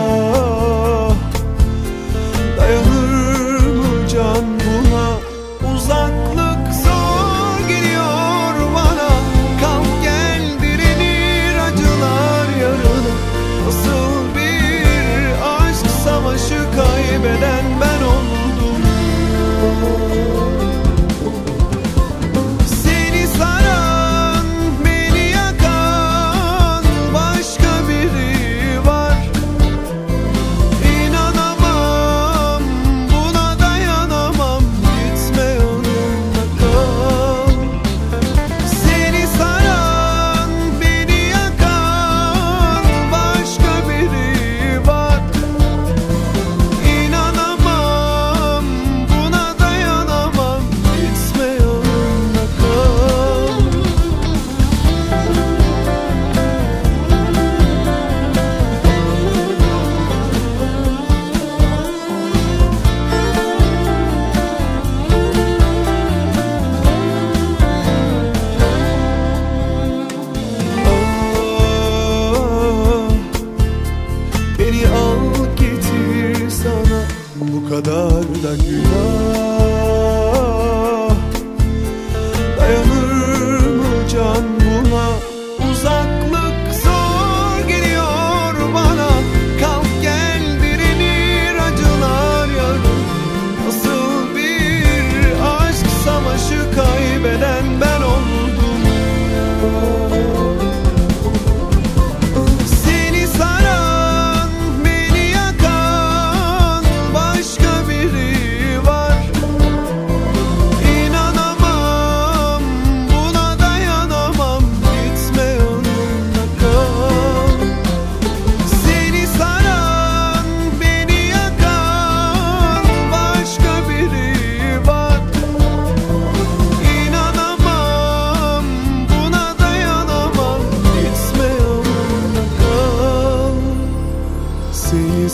Speaker 6: Dayanır mı can buna? Uzaklık zor geliyor bana. Kalk gel, direnir acılar yarına. Nasıl bir aşk savaşı kaybeden ben oldum. Seni saran, beni yakan başka biri var. İnanamam,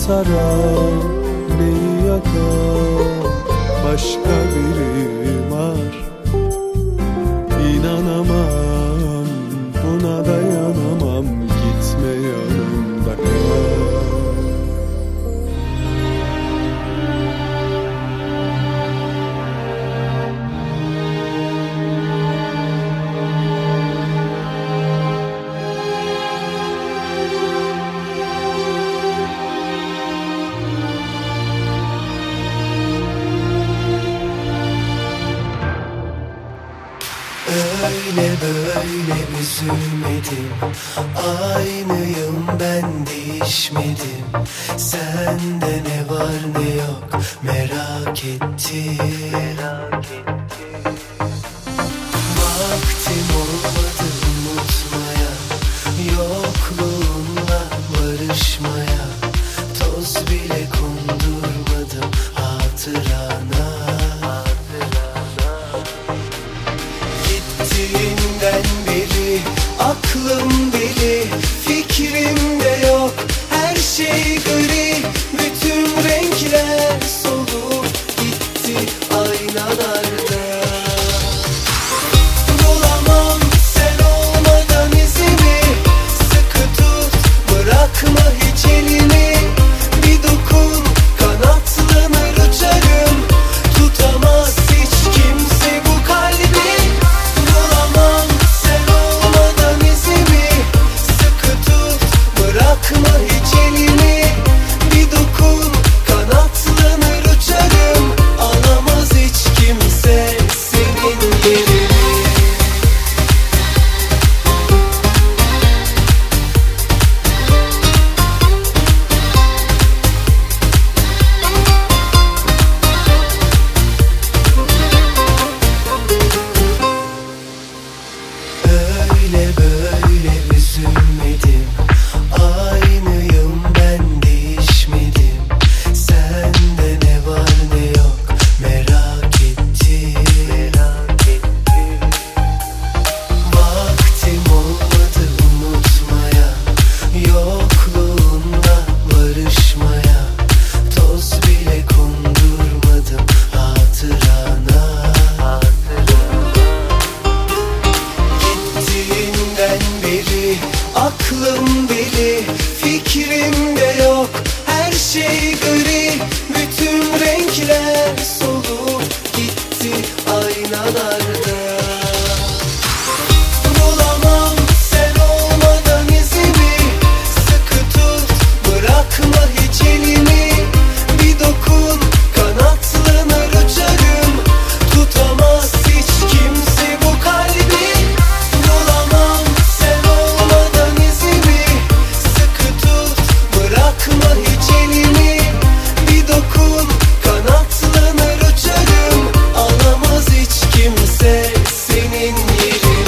Speaker 14: sarar, beni yakar, başka biri var. İnanamam, buna dayanamam, gitme yanımda kal.
Speaker 15: Öyle böyle üzülmedim, aynıyım ben değişmedim. Sende ne var ne yok merak ettim. Vaktim olmadı unutmaya, yokluğunla barışmaya. Toz bile kondurmadım hatırana. Gittiğinden beri aklım deli, fikrimde yok, her şey gri. Bütün renkler solup gitti aynalarda. Bulamam sen olmadan izimi, sıkı tut bırakma hiç elini. Bir dokun kanatlanır uçarım, tutamaz hiç kimse bu kalbi. Bulamam sen olmadan izimi, sıkı tut bırakma hiç elini. Bir dokun kanatlanır uçarım, alamaz hiç kimse senin yerini. Öyle böyle üzülmedim, aynıyım ben değişmedim. Sende ne var ne yok merak ettim. Vaktim olmadı unutmaya, yokluğunla barışmaya. Toz bile kondurmadım hatırana. Gittiğinden beri aklım deli, fikrimde yok, her şey gri. Bütün renkler solup gitti aynalarda. Bulamam sen olmadan izimi, sıkı tut bırakma hiç elini. Bir dokun kanatlanır uçarım, tutamaz hiç kimse bu kalbi. Bulamam sen olmadan izimi, sıkı tut bırakma hiç elini. Bir dokun kanatlanır uçarım, alamaz hiç kimse senin yerini.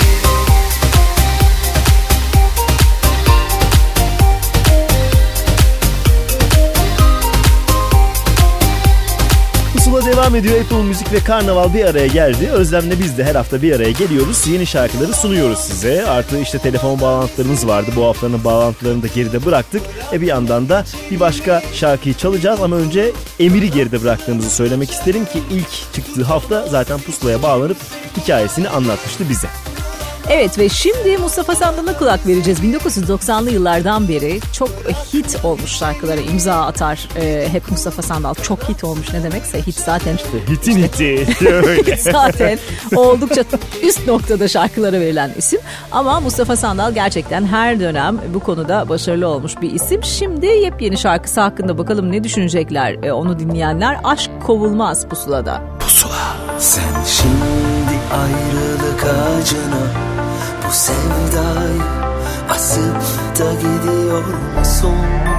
Speaker 4: Pusula devam ediyor. Apple Müzik ve Karnaval bir araya geldi. Özlem'le biz de her hafta bir araya geliyoruz. Yeni şarkıları sunuyoruz size. Artı işte telefon bağlantılarımız vardı. Bu haftanın bağlantılarını da geride bıraktık. E bir yandan da bir başka şarkıyı çalacağız. Ama önce Emir'i geride bıraktığımızı söylemek isterim ki ilk çıktığı hafta zaten Pusula'ya bağlanıp hikayesini anlatmıştı bize.
Speaker 5: Evet ve şimdi Mustafa Sandal'a kulak vereceğiz. bin dokuz yüz doksanlı yıllardan beri çok hit olmuş şarkılara imza atar ee, hep Mustafa Sandal. Çok hit olmuş ne demekse hit zaten. İşte
Speaker 4: hitin hiti.
Speaker 5: Hit zaten oldukça üst noktada şarkılara verilen isim. Ama Mustafa Sandal gerçekten her dönem bu konuda başarılı olmuş bir isim. Şimdi yepyeni şarkısı hakkında bakalım ne düşünecekler ee, onu dinleyenler. Aşk kovulmaz Pusula'da.
Speaker 15: Pusula. Sen şimdi ayrılık ağacına bu sevdayı asıp da gidiyor musun?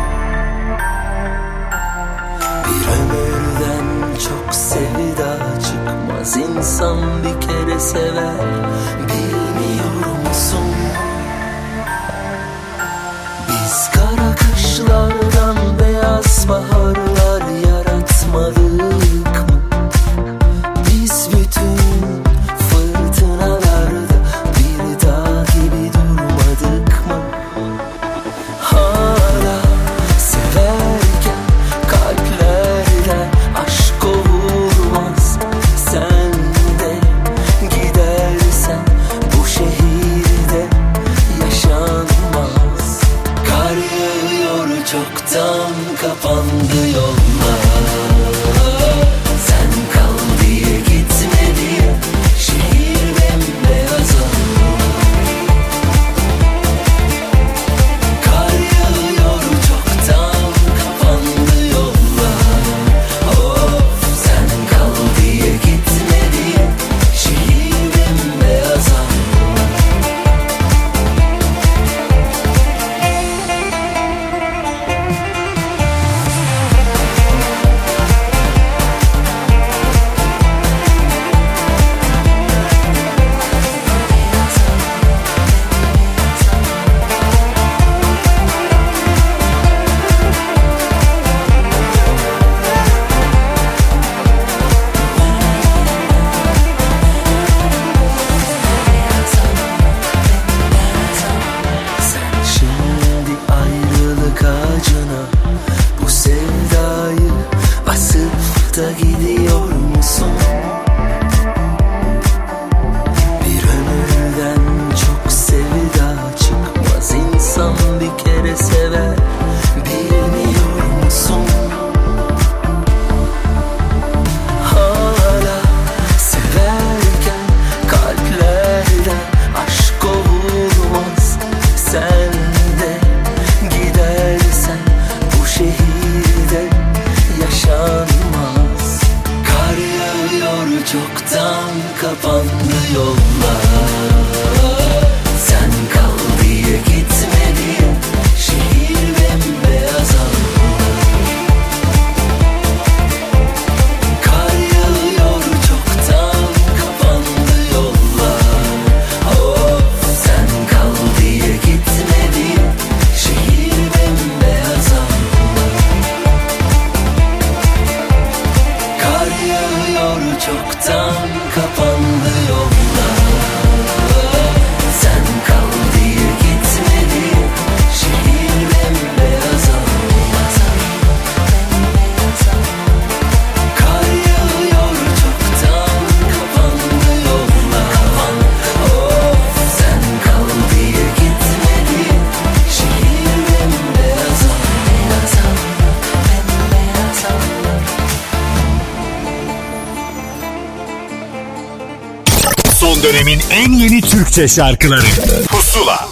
Speaker 15: Bir ömürden çok sevda çıkmaz, insan bir kere sever, bilmiyor musun? Biz kara kışlardan beyaz baharlar yaratmadık mı? Biz bütün fırtınalarda bir dağ gibi durmadık mı? Hala sever
Speaker 1: dönemin en yeni Türkçe şarkıları Pusula.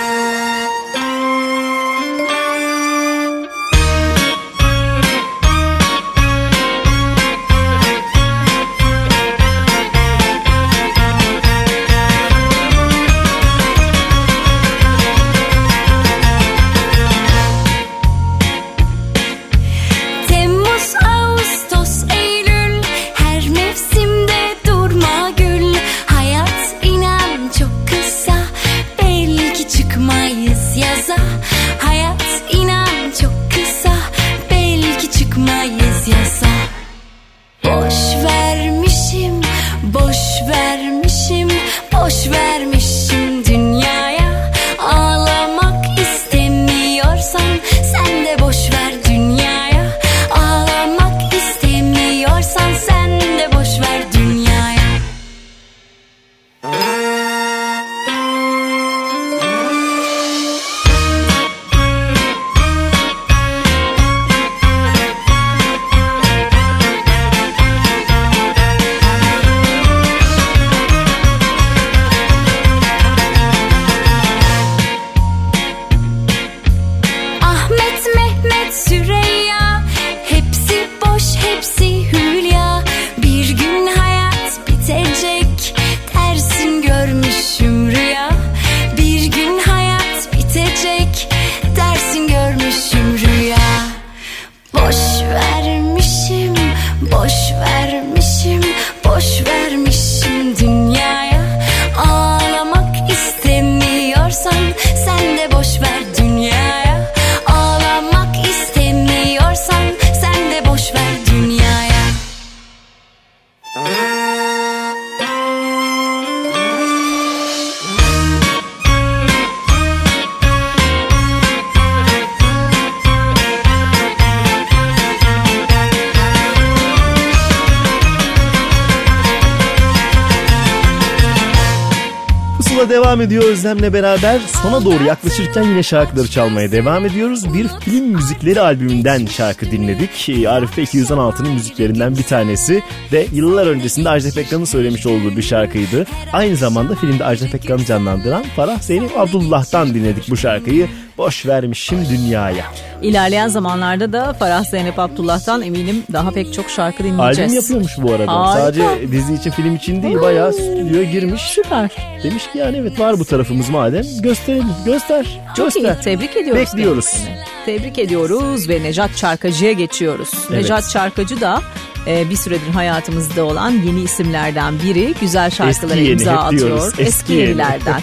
Speaker 4: Devam ediyor Özlem'le beraber. Sona doğru yaklaşırken yine şarkıları çalmaya devam ediyoruz. Bir film müzikleri albümünden şarkı dinledik. Arif iki yüz on altı'nın müziklerinden bir tanesi ve yıllar öncesinde Ajda Pekkan'ın söylemiş olduğu bir şarkıydı. Aynı zamanda filmde Ajda Pekkan'ı canlandıran Farah Zeynep Abdullah'tan dinledik bu şarkıyı. Boş vermişim dünyaya.
Speaker 5: İlerleyen zamanlarda da Farah Zeynep Abdullah'tan eminim daha pek çok şarkı dinleyeceğiz.
Speaker 4: Albüm yapıyormuş bu arada. Harika. Sadece dizi için, film için değil, bayağı stüdyoya girmiş.
Speaker 5: Süper.
Speaker 4: Demiş ki yani evet var bu tarafımız madem. Gösterelim. Göster.
Speaker 5: Çok
Speaker 4: göster.
Speaker 5: iyi. Tebrik ediyoruz.
Speaker 4: Bekliyoruz.
Speaker 5: Kendisini. Tebrik ediyoruz ve Necat Çarkacı'ya geçiyoruz. Evet. Necat Çarkacı da e, bir süredir hayatımızda olan yeni isimlerden biri. Güzel şarkılara
Speaker 4: eski
Speaker 5: imza
Speaker 4: yeni,
Speaker 5: atıyor.
Speaker 4: Eski,
Speaker 5: eski
Speaker 4: yeni.
Speaker 5: yenilerden.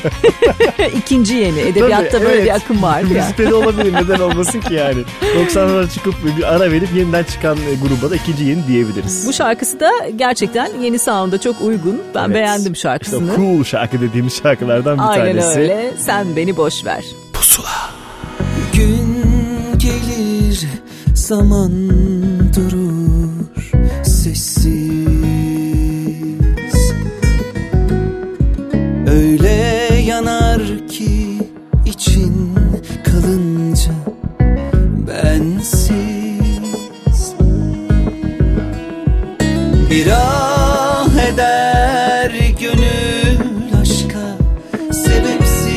Speaker 5: İkinci yeni. Edebiyatta tabii, böyle evet. bir akım var.
Speaker 4: Müzikte de olabilir. Neden olmasın ki yani. doksanlara çıkıp bir ara verip yeniden çıkan gruba da ikinci yeni diyebiliriz.
Speaker 5: Bu şarkısı da gerçekten yeni sound'a çok uygun. Ben evet. beğendim şarkısını.
Speaker 4: İşte cool şarkı dediğimiz şarkılardan bir
Speaker 5: Aynen
Speaker 4: tanesi.
Speaker 5: Aynen öyle. Sen beni boş ver.
Speaker 15: Pusula. Gün gelir, zaman durur, sessiz. Öyle yanar ki için kalınca bensiz. Bir ah eder gönül aşka sebepsiz.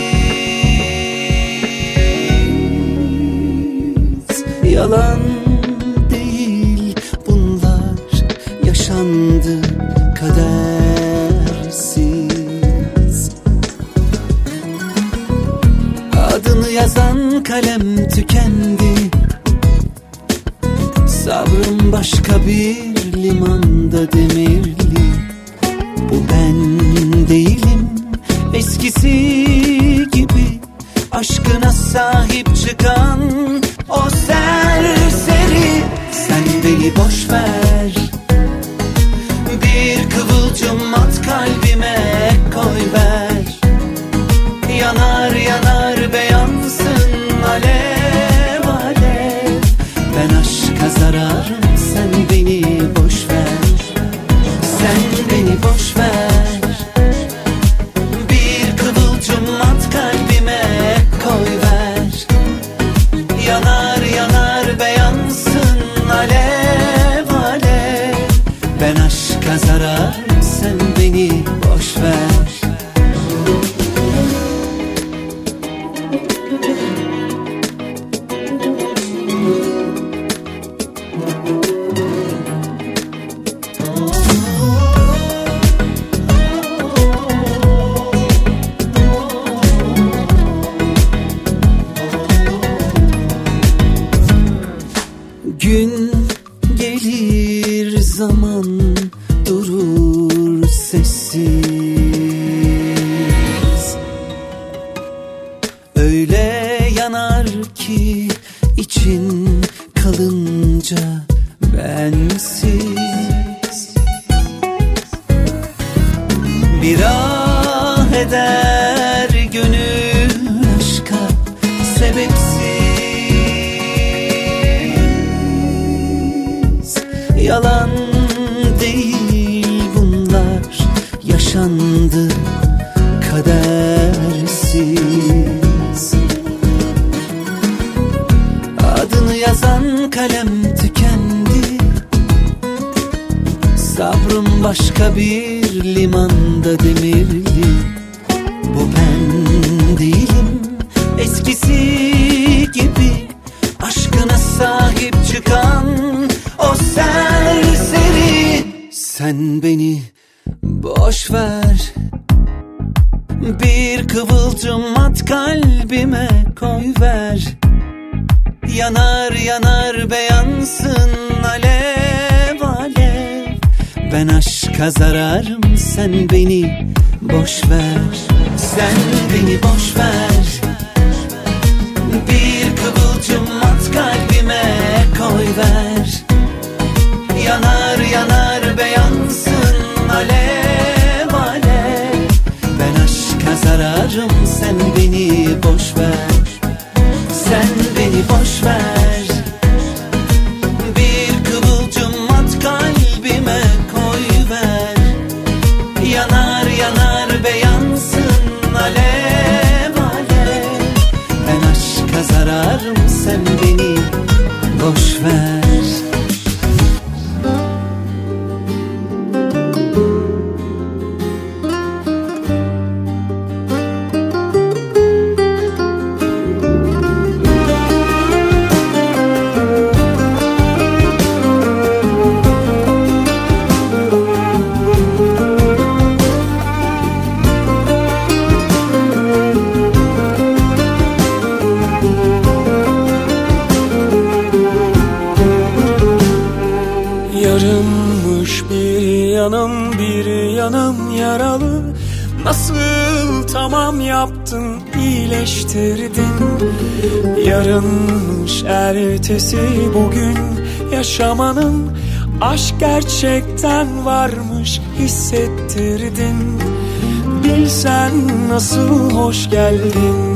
Speaker 15: Yalan değil bunlar, yaşandı kadersiz. Adını yazan kalem tükendi. Sabrım başka bir limanda demirli. Bu ben değilim eskisi gibi. Aşkına sahip çıkan o serseri. Sen beni boş ver. Bir kıvılcım at kalbime koy ver. Yanar yanar beyansın alev alev. Ben aşka zararım, sen beni boş ver. Sen beni boş ver. Bir kıvılcım at kalbime koy ver. Yanar yanar beyansın alev alev. öyle yanar ki için kalınca bensiz. Bir ah eder gönül aşka sebepsiz. Yalan değil bunlar, yaşandı kadersiz. Adını yazan kalem tükendi, sabrım başka bir limanda demirli. Bu ben değilim, eskisi gibi aşkına sahip çıkan o serseri. Sen beni boş ver, bir kıvılcım at kalbime koy ver. Yanar yanar beyansın alev alev. Ben aşka zararım, sen beni boş ver. Sen beni boş ver, bir kıvılcım at kalbime koy ver. Yanar yanar beyansın alev alev. Ben aşka zararım, sen beni boş ver. Sen beni boş ver, bir kıvılcım at kalbime koy ver. Yanar yanar beyansın alev alev. Ben aşka zararım, sen beni boş ver.
Speaker 16: yanım bir yanım yaralı. Nasıl tamam yaptın, iyileştirdin. Yarınmış ertesi bugün yaşamanın. Aşk gerçekten varmış, hissettirdin. Bilsen nasıl hoş geldin.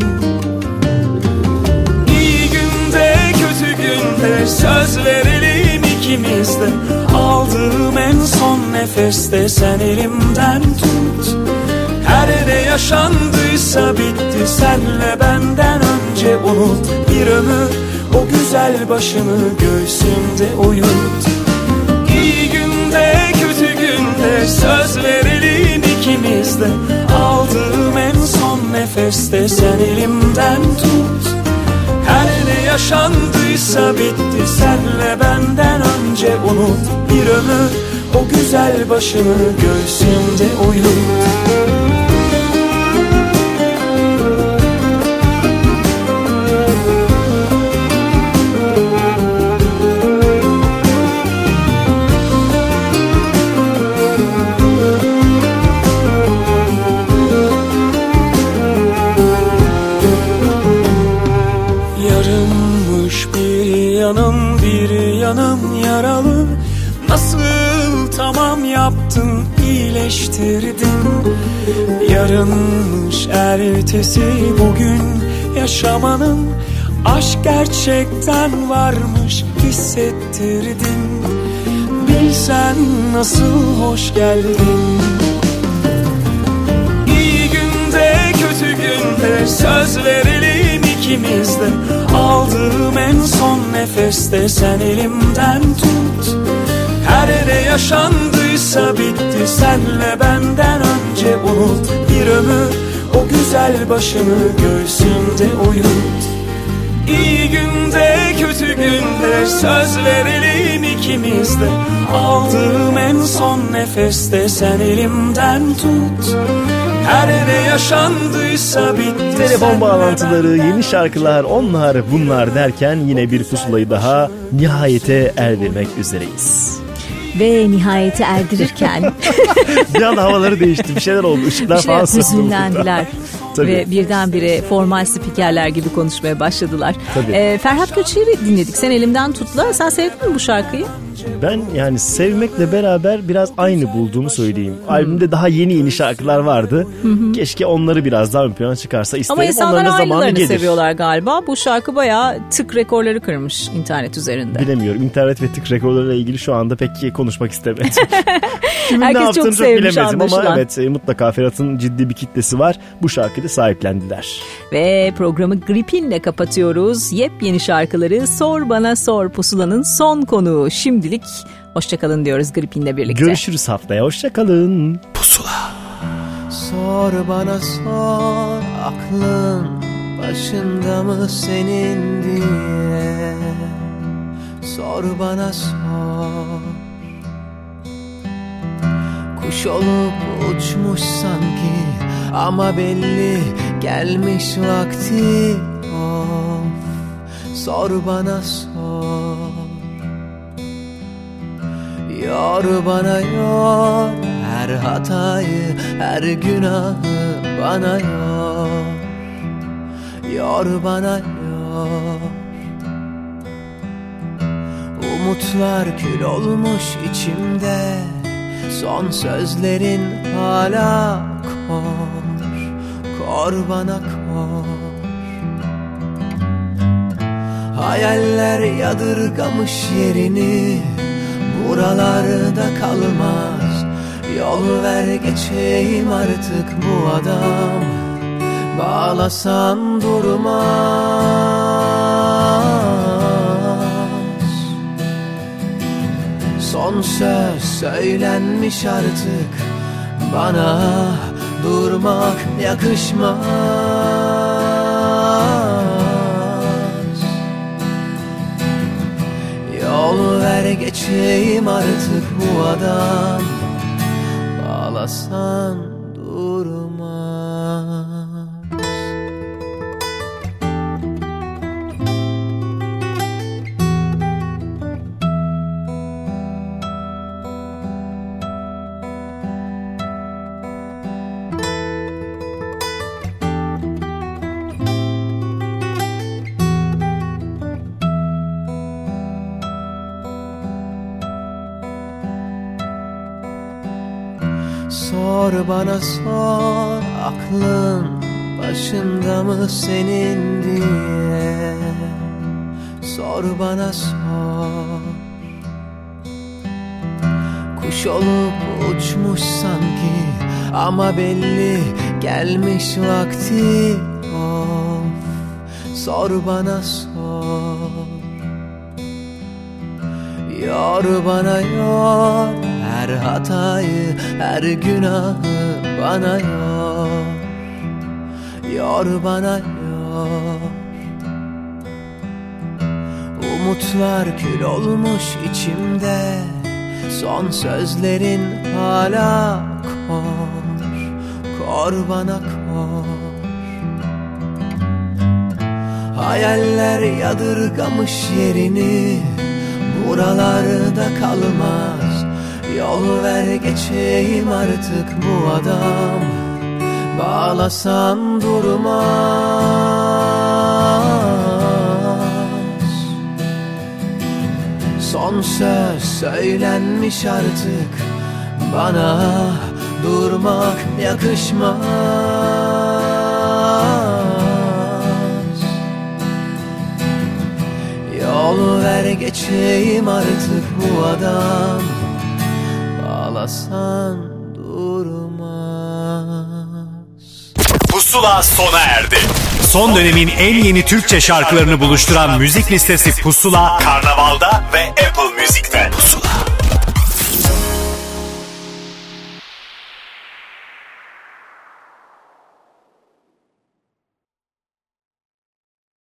Speaker 16: İyi günde kötü günde söz verelim ikimiz de. Aldığım en son nefeste sen elimden tut. Her ne yaşandıysa bitti, senle benden önce unut. Bir ömür o güzel başını göğsümde uyut. İyi günde kötü günde söz verelim ikimiz de. Aldığım en son nefeste sen elimden tut. Her ne yaşandıysa bitti, senle benden önce unut. Bir ömür o güzel başını göğsümde uyut. Yanım bir yanım yaralı. Nasıl tamam yaptın, iyileştirdin. Yarınmış ertesi bugün yaşamanın. Aşk gerçekten varmış, hissettirdin. Bilsen nasıl hoş geldin. İyi günde kötü günde söz verelim ikimiz de. Aldığım en son nefeste sen elimden tut. Her ne yaşandıysa bitti, senle benden önce unut. Bir ömür o güzel başını göğsümde uyut. İyi günde kötü günde söz verelim ikimiz de. Aldığım en son nefeste sen elimden tut. Her ne yaşandıysa bitti.
Speaker 4: Telefon bağlantıları, yeni şarkılar, onlar bunlar derken yine bir pusulayı daha nihayete erdirmek üzereyiz.
Speaker 5: Ve nihayete erdirirken
Speaker 4: bir an havaları değişti, bir şeyler oldu, ışıklar falan
Speaker 5: hüzünlendiler.
Speaker 4: Tabii.
Speaker 5: Ve birdenbire formal spikerler gibi konuşmaya başladılar. Ee, Ferhat Göçer'i dinledik. Sen Elimden Tut'la. Sen sevdin mi bu şarkıyı?
Speaker 4: Ben yani sevmekle beraber biraz aynı bulduğumu söyleyeyim. Hmm. Albümde daha yeni yeni şarkılar vardı. Hı hı. Keşke onları biraz daha ön plana çıkarsa isterim.
Speaker 5: Ama insanlar aynılarını
Speaker 4: gelir.
Speaker 5: seviyorlar galiba. Bu şarkı bayağı tık rekorları kırmış internet üzerinde.
Speaker 4: Bilemiyorum. İnternet ve tık rekorlarıyla ilgili şu anda pek konuşmak istemedim. Kimin
Speaker 5: Herkes
Speaker 4: ne yaptığını çok,
Speaker 5: çok sevmiş
Speaker 4: bilemedim
Speaker 5: anlaşılan.
Speaker 4: ama evet mutlaka Ferhat'ın ciddi bir kitlesi var. Bu şarkıyı da sahiplendiler.
Speaker 5: Ve programı Gripin'le kapatıyoruz. Yepyeni şarkıları Sor Bana Sor Pusula'nın son konuğu. Şimdilik hoşçakalın diyoruz Gripin'le birlikte.
Speaker 4: Görüşürüz haftaya. Hoşçakalın.
Speaker 6: Pusula. Sor bana sor, aklın başında mı senin diye. Sor bana sor. Kuş olup uçmuş sanki ama belli gelmiş vakti. Of, sor bana sor. Yor bana yor, her hatayı, her günahı bana yor. Yor bana yor. Umutlar kül olmuş içimde, son sözlerin hala kor. Kor bana kor. Hayaller yadırgamış yerini, buralarda kalmaz. Yol ver geçeyim artık bu adam, bağlasan durmaz. Son söz söylenmiş artık, bana durmak yakışmaz. Yol ver geçeyim artık bu adam, bağlasan durmaz. Sor bana sor, aklın başında mı senin diye. Sor bana sor. Kuş olup uçmuş sanki ama belli gelmiş vakti. Of, sor bana sor. Yor bana yor, her hatayı, her günahı bana yor. Yor bana yor. Umutlar kül olmuş içimde, son sözlerin hala kor. Kor bana kor. Hayaller yadırgamış yerini, buralarda kalmaz. Yol ver geçeyim artık bu adam, bağlasan durmaz. Son söz söylenmiş artık, bana durmak yakışmaz. Yol ver geçeyim artık bu adam, bağlasan durmaz.
Speaker 1: Pusula sona erdi. Son dönemin en yeni Türkçe şarkılarını buluşturan müzik listesi Pusula, Karnaval'da ve Apple Music'te. Pusula.